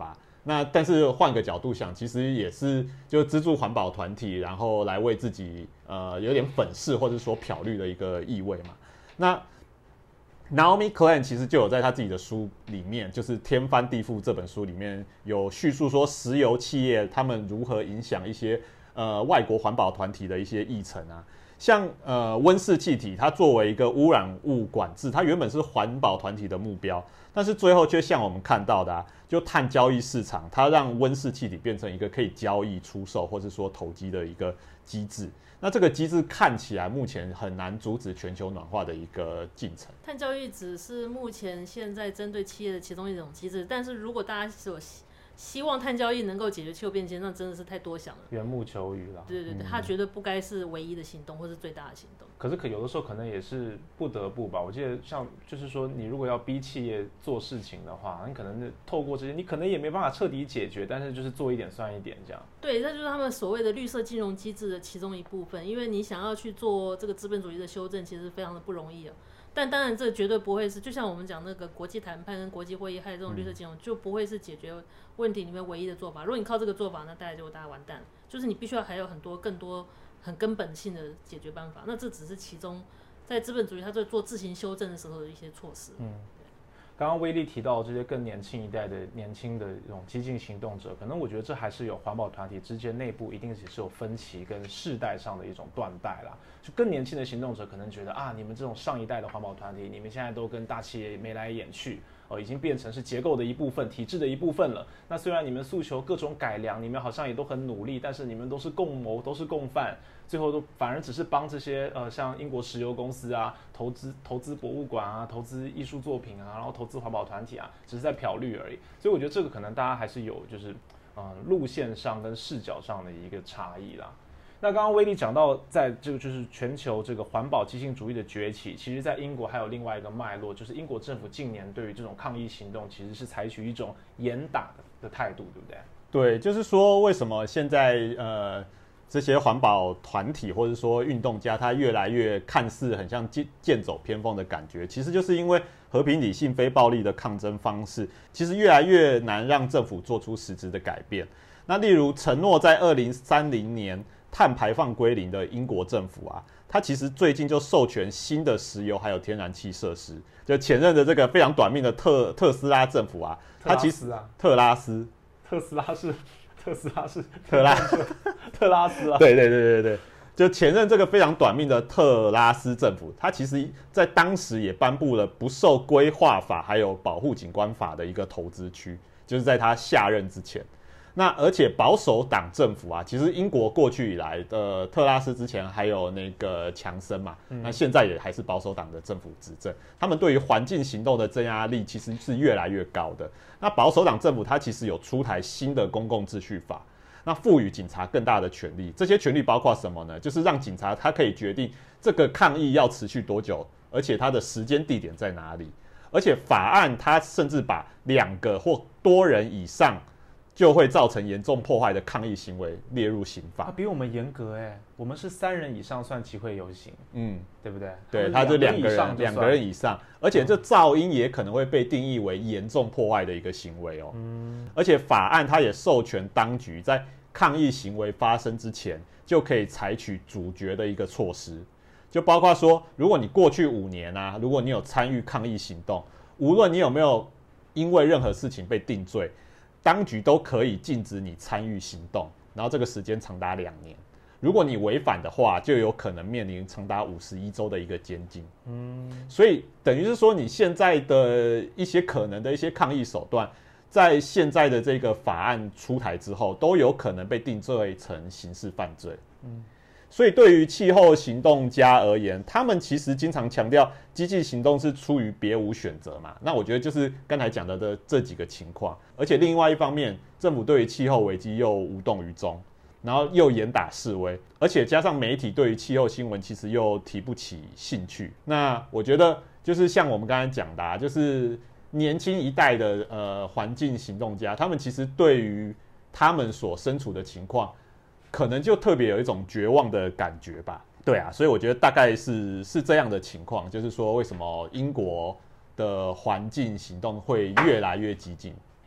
那但是换个角度想，其实也是就资助环保团体，然后来为自己呃有点粉饰或者说漂绿的一个意味嘛。那 Naomi Klein 其实就有在他自己的书里面，就是《天翻地覆》这本书里面有叙述说，石油企业他们如何影响一些呃外国环保团体的一些议程啊。像呃温室气体，它作为一个污染物管制，它原本是环保团体的目标，但是最后却像我们看到的啊，就碳交易市场，它让温室气体变成一个可以交易、出售或是说投机的一个机制。那这个机制看起来目前很难阻止全球暖化的一个进程。 碳交易只是目前现在针对企业的其中一种机制，但是如果大家是有希望碳交易能够解决气候变迁，那真的是太多想了， 缘木求鱼了。 对对对， 嗯、 它绝对不该是唯一的行动，或是最大的行动。 可是可有的时候可能也是不得不吧。我记得像就是说，你如果要逼企业做事情的话，你可能透过这些，你可能也没办法彻底解决，但是就是做一点算一点这样。 对，这就是他们所谓的绿色金融机制的其中一部分。因为你想要去做这个资本主义的修正，其实非常的不容易啊。但当然，这绝对不会是，就像我们讲那个国际谈判跟国际会议，还有这种绿色金融，就不会是解决问题里面唯一的做法。如果你靠这个做法，那大家就大家完蛋了。就是你必须要还有很多更多很根本性的解决办法。那这只是其中，在资本主义它在做自行修正的时候的一些措施。 嗯。刚刚威力提到这些更年轻一代的年轻的这种激进行动者，可能我觉得这还是有环保团体之间内部一定是有分歧跟世代上的一种断代啦。就更年轻的行动者可能觉得啊，你们这种上一代的环保团体，你们现在都跟大企业眉来眼去，哦，已经变成是结构的一部分、体制的一部分了。那虽然你们诉求各种改良，你们好像也都很努力，但是你们都是共谋，都是共犯。最后都反而只是帮这些呃像英国石油公司啊投资投资博物馆啊投资艺术作品啊然后投资环保团体啊只是在漂绿而已，所以我觉得这个可能大家还是有就是嗯、呃、路线上跟视角上的一个差异啦。那刚刚威力讲到在这个就是全球这个环保激进主义的崛起，其实在英国还有另外一个脉络，就是英国政府近年对于这种抗议行动其实是采取一种严打的态度，对不对？ 对，就是说为什么现在呃这些环保团体或者说运动家，他越来越看似很像剑走偏锋的感觉，其实就是因为和平、理性、非暴力的抗争方式，其实越来越难让政府做出实质的改变。那例如承诺在二零三零年碳排放归零的英国政府啊，它其实最近就授权新的石油还有天然气设施，就前任的这个非常短命的特特斯拉政府啊，它其实特拉斯， 特斯拉是。特斯拉是特拉特拉斯啊， 对对对对对，就前任这个非常短命的特拉斯政府，他其实在当时也颁布了不受规划法还有保护景观法的一个投资区，就是在他下任之前。那而且保守党政府啊，其实英国过去以来的特拉斯之前还有那个强森嘛，嗯、那现在也还是保守党的政府执政，他们对于环境行动的镇压力其实是越来越高的。那保守党政府它其实有出台新的公共秩序法，那赋予警察更大的权力，这些权力包括什么呢？就是让警察他可以决定这个抗议要持续多久，而且它的时间地点在哪里，而且法案它甚至把两个或多人以上就会造成严重破坏的抗议行为列入刑法， 啊、比我们严格哎，我们是三人以上算集会游行，嗯，对不对？ 对，他就两个人，两个人以上，而且这噪音也可能会被定义为严重破坏的一个行为哦。嗯，而且法案它也授权当局在抗议行为发生之前就可以采取阻绝的一个措施，就包括说，如果你过去五年啊，如果你有参与抗议行动，无论你有没有因为任何事情被定罪，当局都可以禁止你参与行动，然后这个时间长达两年。如果你违反的话，就有可能面临长达五十一周的一个监禁。嗯，所以等于是说，你现在的一些可能的一些抗议手段，在现在的这个法案出台之后，都有可能被定罪成刑事犯罪。嗯。所以对于气候行动家而言，他们其实经常强调激进行动是出于别无选择嘛。那我觉得就是刚才讲的的这几个情况，而且另外一方面，政府对于气候危机又无动于衷，然后又严打示威，而且加上媒体对于气候新闻其实又提不起兴趣。那我觉得就是像我们刚才讲的、啊，就是年轻一代的呃环境行动家，他们其实对于他们所身处的情况，可能就特别有一种绝望的感觉吧。对啊，所以我觉得大概是是这样的情况，就是说为什么英国的环境行动会越来越激进。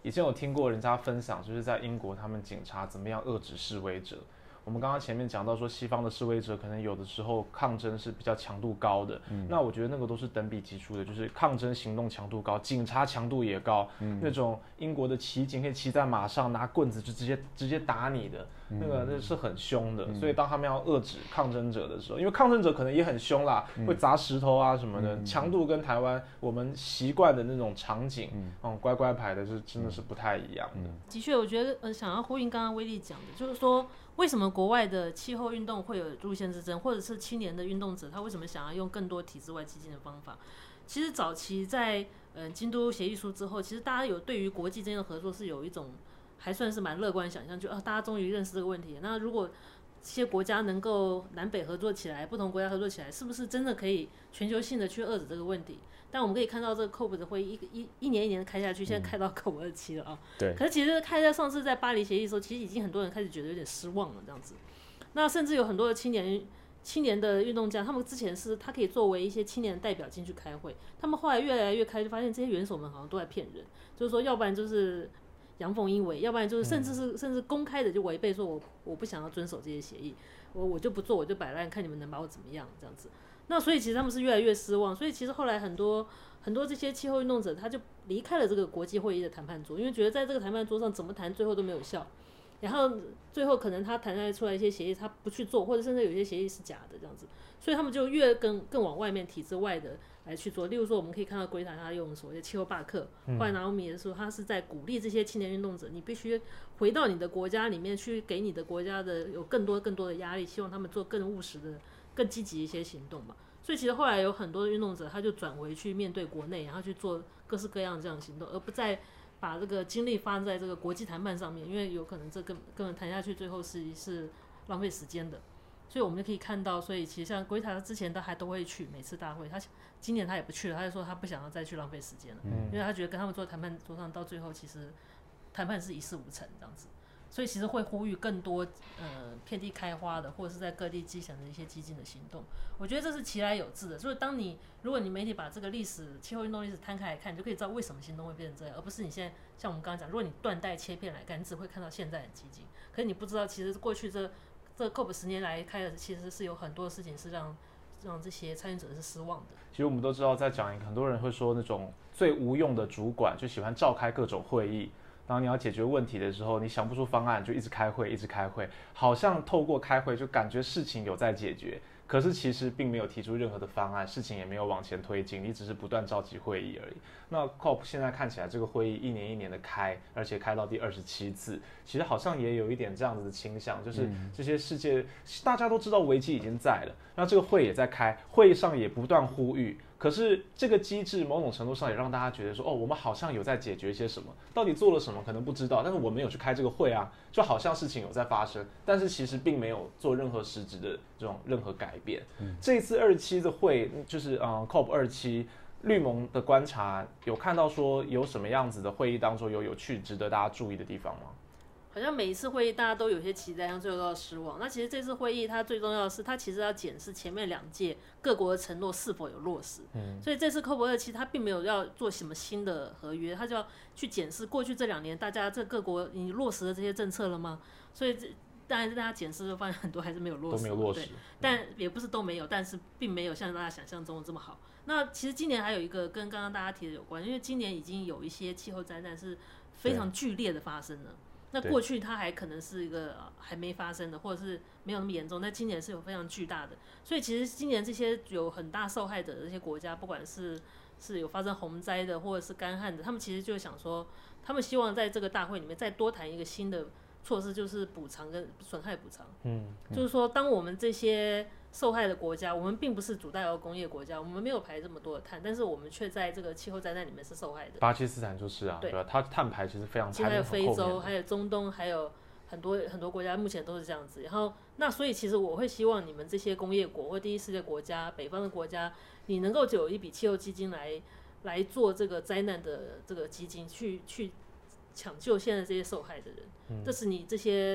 以前有听过人家分享，就是在英国他们警察怎么样遏制示威者。我们刚刚前面讲到说，西方的示威者可能有的时候抗争是比较强度高的，嗯、那我觉得那个都是等比级数的，就是抗争行动强度高，警察强度也高，嗯、那种英国的骑警可以骑在马上拿棍子就直接直接打你的，嗯、那个那是很凶的。嗯、所以当他们要遏制抗争者的时候，因为抗争者可能也很凶啦，嗯、会砸石头啊什么的，嗯、强度跟台湾我们习惯的那种场景，嗯，嗯乖乖牌的是真的是不太一样的。嗯、 的确，我觉得呃，想要呼应刚刚威力讲的，就是说。为什么国外的气候运动会有路线之争，或者是青年的运动者，他为什么想要用更多体制外激进的方法？其实早期在呃京都协议书之后，其实大家有对于国际之间的合作是有一种还算是蛮乐观的想象，就啊大家终于认识这个问题。那如果这些国家能够南北合作起来，不同国家合作起来，是不是真的可以全球性的去遏制这个问题？但我们可以看到，这个 C O P 的会议一一一年一年开下去，现在开到 C O P 二十七了啊。 对。 可是其实开在上次在巴黎协议的时候，其实已经很多人开始觉得有点失望了，这样子。那甚至有很多的青年青年的运动家，他们之前是他可以作为一些青年代表进去开会，他们后来越来越开，就发现这些元首们好像都在骗人，就是说，要不然就是阳奉阴违，要不然就是甚至是、嗯、甚至公开的就违背，说我我不想要遵守这些协议，我我就不做，我就摆烂，看你们能把我怎么样这样子。那所以其实他们是越来越失望，所以其实后来很多很多这些气候运动者他就离开了这个国际会议的谈判桌，因为觉得在这个谈判桌上怎么谈最后都没有效，然后最后可能他谈出来一些协议他不去做，或者甚至有些协议是假的这样子，所以他们就越更更往外面体制外的来去做。例如说我们可以看到圭塔他用所谓的气候罢课，后来拿欧米也说他是在鼓励这些青年运动者，你必须回到你的国家里面去，给你的国家的有更多更多的压力，希望他们做更务实的更积极一些行动嘛。所以其实后来有很多的运动者他就转回去面对国内，然后去做各式各样的这样的行动，而不再把这个精力放在这个国际谈判上面，因为有可能这根根本谈下去最后是是浪费时间的。所以我们就可以看到，所以其实像圭塔之前他还都会去每次大会，他今年他也不去了，他就说他不想要再去浪费时间了，嗯、因为他觉得跟他们坐谈判桌上到最后其实谈判是一事无成这样子。所以其实会呼吁更多呃遍地开花的，或者是在各地积攒的一些激进的行动。我觉得这是其来有自的。所以当你如果你媒体把这个历史气候运动历史摊开来看，你就可以知道为什么行动会变成这样，而不是你现在像我们刚刚讲，如果你断代切片来看，你只会看到现在很激进，可是你不知道其实过去这这 C O P 十年来开的，其实是有很多事情是让让这些参与者是失望的。 其实我们都知道，在讲一个很多人会说那种最无用的主管，就喜欢召开各种会议。当你要解决问题的时候，你想不出方案，就一直开会，一直开会，好像透过开会就感觉事情有在解决，可是其实并没有提出任何的方案，事情也没有往前推进，你只是不断召集会议而已。那 C O P 现在看起来这个会议一年一年的开，而且开到第二十七次，其实好像也有一点这样子的倾向，就是这些世界大家都知道危机已经在了，那这个会也在开，会议上也不断呼吁。可是这个机制某种程度上也让大家觉得说，哦，我们好像有在解决一些什么，到底做了什么可能不知道，但是我们有去开这个会啊，就好像事情有在发生，但是其实并没有做任何实质的这种任何改变。嗯、这一次二十七的会就是嗯 C O P 二十七，绿盟的观察有看到说有什么样子的会议当中有有趣值得大家注意的地方吗？ 好像每一次会议大家都有些期待，但最后都要失望。那其实这次会议它最重要的是，它其实要检视前面两届各国的承诺是否有落实。嗯，所以这次 C O P 二十七它并没有要做什么新的合约，它就要去检视过去这两年大家这各国你落实了这些政策了吗？所以当然是大家检视就发现很多还是没有落实， 都没有落实。 对，但也不是都没有，但是并没有像大家想象中的这么好。那其实今年还有一个跟刚刚大家提的有关，因为今年已经有一些气候灾难是非常剧烈的发生了。那过去它还可能是一个还没发生的，或者是没有那么严重，但今年是有非常巨大的。所以其实今年这些有很大受害者的这些国家，不管是是有发生洪灾的，或者是干旱的，他们其实就想说，他们希望在这个大会里面再多谈一个新的措施，就是补偿跟损害补偿。嗯，就是说，当我们这些受害的国家，我们并不是主带油工业国家，我们没有排这么多的碳，但是我们却在这个气候灾难里面是受害的。 巴基斯坦就是啊，对吧？它碳排其实非常排还有非洲，还有中东，还有很多很多国家目前都是这样子。然后，那所以其实我会希望你们这些工业国或第一世界国家、北方的国家，你能够就有一笔气候基金来来做这个灾难的这个基金，去去抢救现在这些受害的人。嗯、这是你这些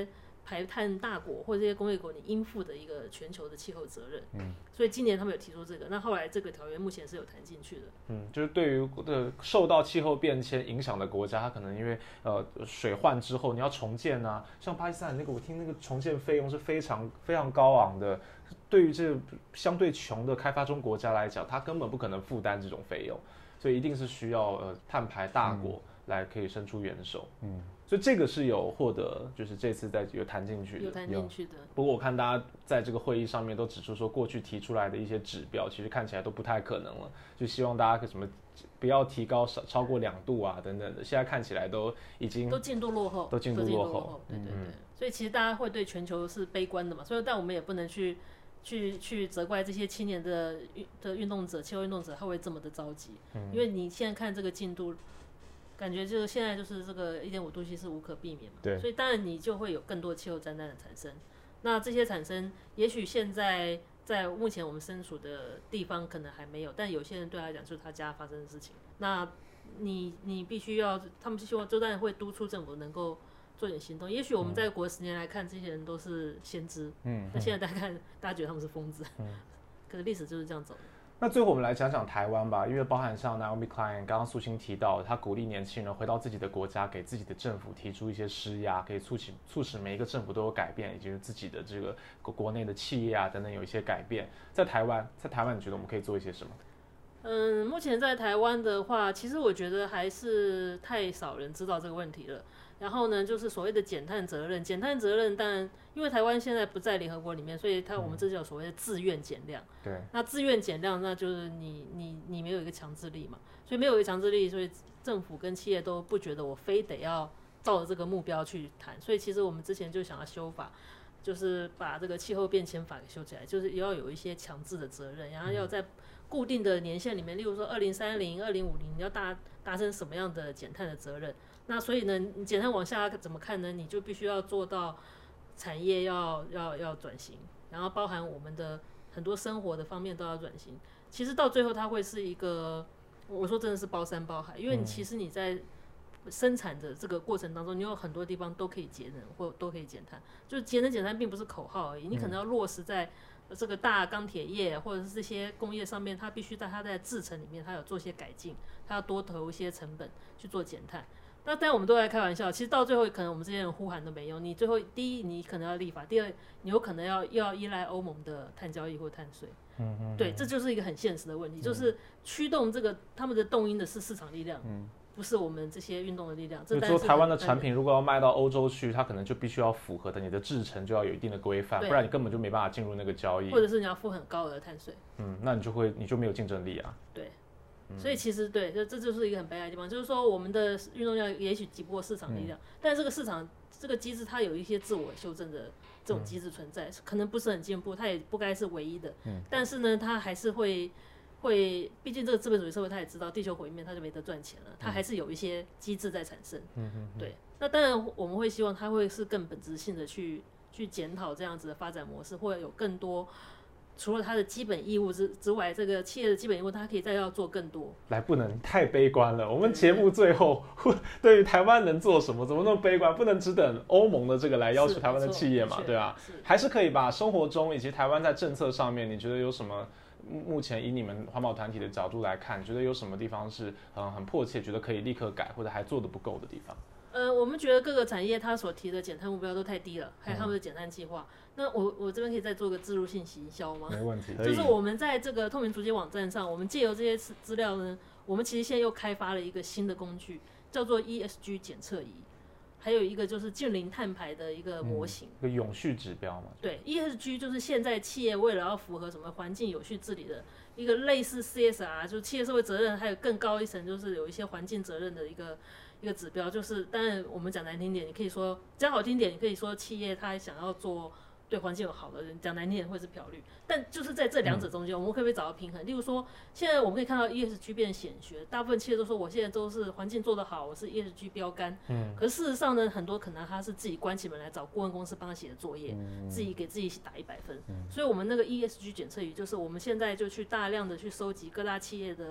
排碳大国或者这些工业国你应负的一个全球的气候责任。嗯，所以今年他们有提出这个，那后来这个条约目前是有谈进去的。 嗯，就是对于呃受到气候变迁影响的国家，它可能因为呃水患之后你要重建啊，像巴基斯坦那个我听那个重建费用是非常非常高昂的，对于这相对穷的开发中国家来讲，它根本不可能负担这种费用，所以一定是需要呃碳排大国来可以伸出援手。嗯。所以这个是有获得，就是这次在有谈进去的， 有谈进去的。 不过我看大家在这个会议上面都指出说，过去提出来的一些指标，其实看起来都不太可能了。就希望大家可什么不要提高超超过两度啊等等的，现在看起来都已经都进度落后， 都进度落后。 对对对。嗯、所以其实大家会对全球是悲观的嘛，所以但我们也不能去去去责怪这些青年的的运动者、气候运动者，他会这么的着急，嗯、因为你现在看这个进度。感觉就是现在就是这个一点五度 C 是无可避免嘛， 对， 所以当然你就会有更多的气候灾难的产生。那这些产生，也许现在在目前我们身处的地方可能还没有，但有些人对他来讲就是他家发生的事情。那你你必须要，他们希望就当然会督促政府能够做点行动。也许我们在国十年来看，这些人都是先知，嗯，那现在大家看，大家觉得他们是疯子，嗯，可是历史就是这样走的。 那最后我们来讲讲台湾吧，因为包含像 Naomi Klein 刚刚素卿提到，他鼓励年轻人回到自己的国家，给自己的政府提出一些施压，可以促使促使每一个政府都有改变，以及自己的这个国内的企业啊等等有一些改变。在台湾，在台湾你觉得我们可以做一些什么？ 嗯，目前在台湾的话，其实我觉得还是太少人知道这个问题了。然后呢，就是所谓的减碳责任，减碳责任，当然，因为台湾现在不在联合国里面，所以它我们这就有所谓的自愿减量。 对。 那自愿减量，那就是你你你没有一个强制力嘛，所以没有一个强制力，所以政府跟企业都不觉得我非得要照着这个目标去谈。所以其实我们之前就想要修法，就是把这个气候变迁法给修起来，就是要有一些强制的责任，然后要在固定的年限里面，例如说二零三零、二零五零，你要达达成什么样的减碳的责任？那所以呢，你减碳往下怎么看呢？你就必须要做到产业要要要转型，然后包含我们的很多生活的方面都要转型。其实到最后它会是一个，我说真的是包山包海，因为你其实你在生产的这个过程当中，你有很多地方都可以节能或都可以减碳。就是节能减碳并不是口号而已，你可能要落实在这个大钢铁业或者是这些工业上面，它必须在它在制程里面，它有做些改进，它要多投一些成本去做减碳。那当然我们都在开玩笑，其实到最后可能我们这些人呼喊都没用。你最后第一，你可能要立法；第二，你有可能要要依赖欧盟的碳交易或碳税。嗯嗯，对，这就是一个很现实的问题，嗯、就是驱动这个他们的动因的是市场力量，嗯、不是我们这些运动的力量。这就说台湾的产品如果要卖到欧洲去，它可能就必须要符合的你的制程就要有一定的规范，不然你根本就没办法进入那个交易， 或者是你要付很高额的碳税。 嗯，那你就会你就没有竞争力啊。 对。所以其实对，这这就是一个很悲哀的地方，就是说我们的运动量也许挤不过市场力量，嗯、但这个市场这个机制它有一些自我修正的这种机制存在，嗯、可能不是很进步，它也不该是唯一的，嗯、但是呢，它还是会会，毕竟这个资本主义社会，它也知道地球毁灭它就没得赚钱了，它还是有一些机制在产生，嗯嗯嗯、对，那当然我们会希望它会是更本质性的去去检讨这样子的发展模式，或者有更多。除了它的基本义务 之, 之外，这个企业的基本义务，它可以再要做更多。 来，不能太悲观了。我们节目最后对于台湾能做什么，怎么那么悲观？不能只等欧盟的这个来要求台湾的企业嘛，对吧？还是可以把生活中以及台湾在政策上面，你觉得有什么？目前以你们环保团体的角度来看，觉得有什么地方是很很迫切，觉得可以立刻改，或者还做得不够的地方？ 呃，我们觉得各个产业它所提的减碳目标都太低了，还有他们的减碳计划。嗯、那我我这边可以再做个置入性行销吗？ 没问题。 就是我们在这个透明足迹网站上，我们借由这些资料呢，我们其实现在又开发了一个新的工具，叫做 E S G 检测仪，还有一个就是近零碳排的一个模型， 一、嗯、个永续指标嘛。 对 ，E S G 就是现在企业为了要符合什么环境有序治理的一个类似 C S R， 就是企业社会责任，还有更高一层就是有一些环境责任的一个。一个指标就是，当然我们讲难听点，你可以说讲好听点，你可以说企业它想要做对环境有好的人，讲难听点会是漂绿。但就是在这两者中间，嗯、我们可不可以找到平衡？例如说，现在我们可以看到 E S G 变显学，大部分企业都说我现在都是环境做得好，我是 E S G 标杆。嗯。可是事实上呢，很多可能他是自己关起门来找顾问公司帮他写的作业，嗯、自己给自己打一百分。嗯、所以我们那个 E S G 检测仪，就是我们现在就去大量的去收集各大企业的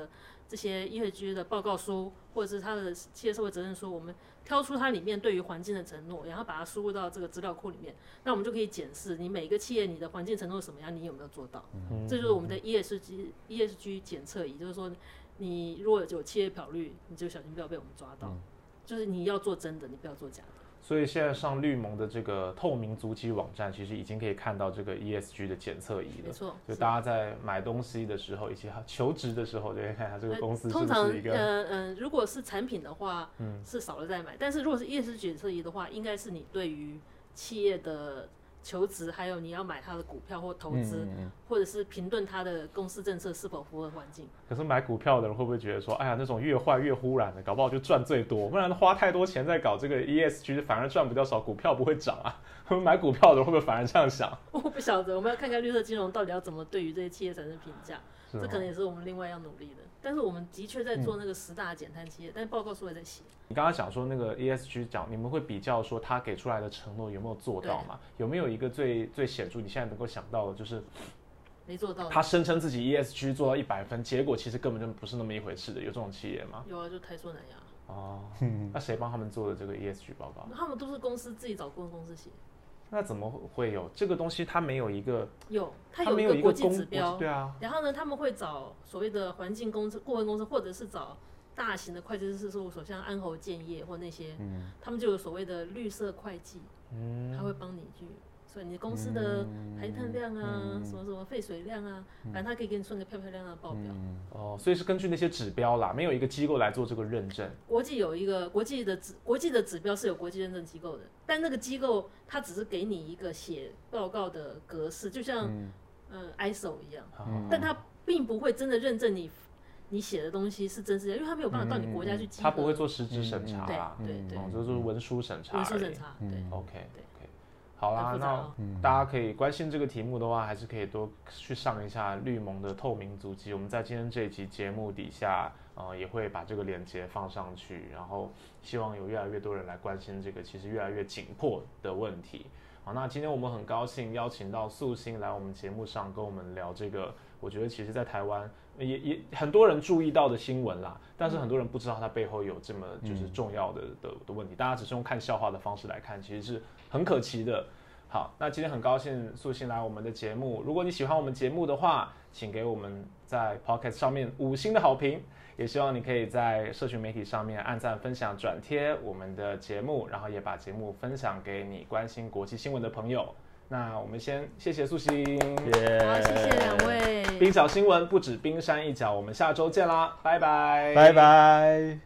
这些 E S G 的报告书，或者是它的企业社会责任书，我们挑出它里面对于环境的承诺，然后把它输入到这个资料库里面，那我们就可以检视你每一个企业你的环境承诺是什么样，你有没有做到。嗯、这就是我们的 E S G E S G 检测仪，就是说你如果有企业跑率，你就小心不要被我们抓到。嗯、就是你要做真的，你不要做假的。 所以现在上绿盟的这个透明足迹网站，其实已经可以看到这个 E S G 的检测仪了。 没错， 就大家在买东西的时候，以及求职的时候，就可以看一下这个公司是不是一个。通常，呃呃，如果是产品的话，嗯，是少了再买。但是如果是 E S G 检测仪的话，应该是你对于企业的求职，还有你要买它的股票或投资，嗯嗯嗯或者是评论它的公司政策是否符合环境。 可是买股票的人会不会觉得说，哎呀，那种越坏越忽然的，搞不好就赚最多，不然花太多钱在搞这个 E S G， 反而赚比较少，股票不会涨啊？买股票的人会不会反而这样想？ 我不晓得，我们要看看绿色金融到底要怎么对于这些企业产生评价，这可能也是我们另外要努力的。但是我们的确在做那个十大减碳企业，嗯、但是报告书也在写。 你刚刚讲说那个 E S G 讲，你们会比较说他给出来的承诺有没有做到嘛？有没有一个最最显著，你现在能够想到的，就是没做到？ 他声称自己 E S G 做到一百分，结果其实根本就不是那么一回事的，有这种企业吗？ 有啊，就台塑南亚。 哦，那谁帮他们做的这个 E S G 报告？ 他们都是公司自己找顾问公司写。 那怎么会有这个东西？它没有一个有，它有一个国际指标， 对啊。 然后呢，他们会找所谓的环境公司、顾问公司，或者是找大型的会计师事务所，像安侯建业或那些，嗯、他们就有所谓的绿色会计，嗯、他会帮你去，所以你公司的排碳量啊，嗯、什么什么废水量啊，反正他可以给你算个漂漂亮亮的报表。 嗯、哦，所以是根据那些指标啦，没有一个机构来做这个认证。 国际有一个国际的指国际的指标是有国际认证机构的。但那个机构它只是给你一个写报告的格式，就像、嗯呃、I S O 一样，嗯、但它并不会真的认证你你写的东西是真实的，因为它没有办法到你国家去集合。 它不会做实质审查啦， 对对对， 哦，就是文书审查。 文书审查，对 ，OK OK。好啦，那大家可以关心这个题目的话，还是可以多去上一下绿盟的透明足迹。我们在今天这一集节目底下，呃，也会把这个链接放上去，然后希望有越来越多人来关心这个其实越来越紧迫的问题。好，那今天我们很高兴邀请到素馨来我们节目上跟我们聊这个，我觉得其实在台湾也也很多人注意到的新闻啦，但是很多人不知道它背后有这么就是重要的、嗯、的, 的问题，大家只是用看笑话的方式来看，其实是很可惜的。好，那今天很高兴素馨来我们的节目，如果你喜欢我们节目的话，请给我们在 Podcast 上面五星的好评，也希望你可以在社群媒体上面按赞、分享、转贴我们的节目，然后也把节目分享给你关心国际新闻的朋友。那我们先谢谢素馨， yeah, 好，谢谢两位。 冰角新闻不止冰山一角，我们下周见啦，拜拜， 拜拜。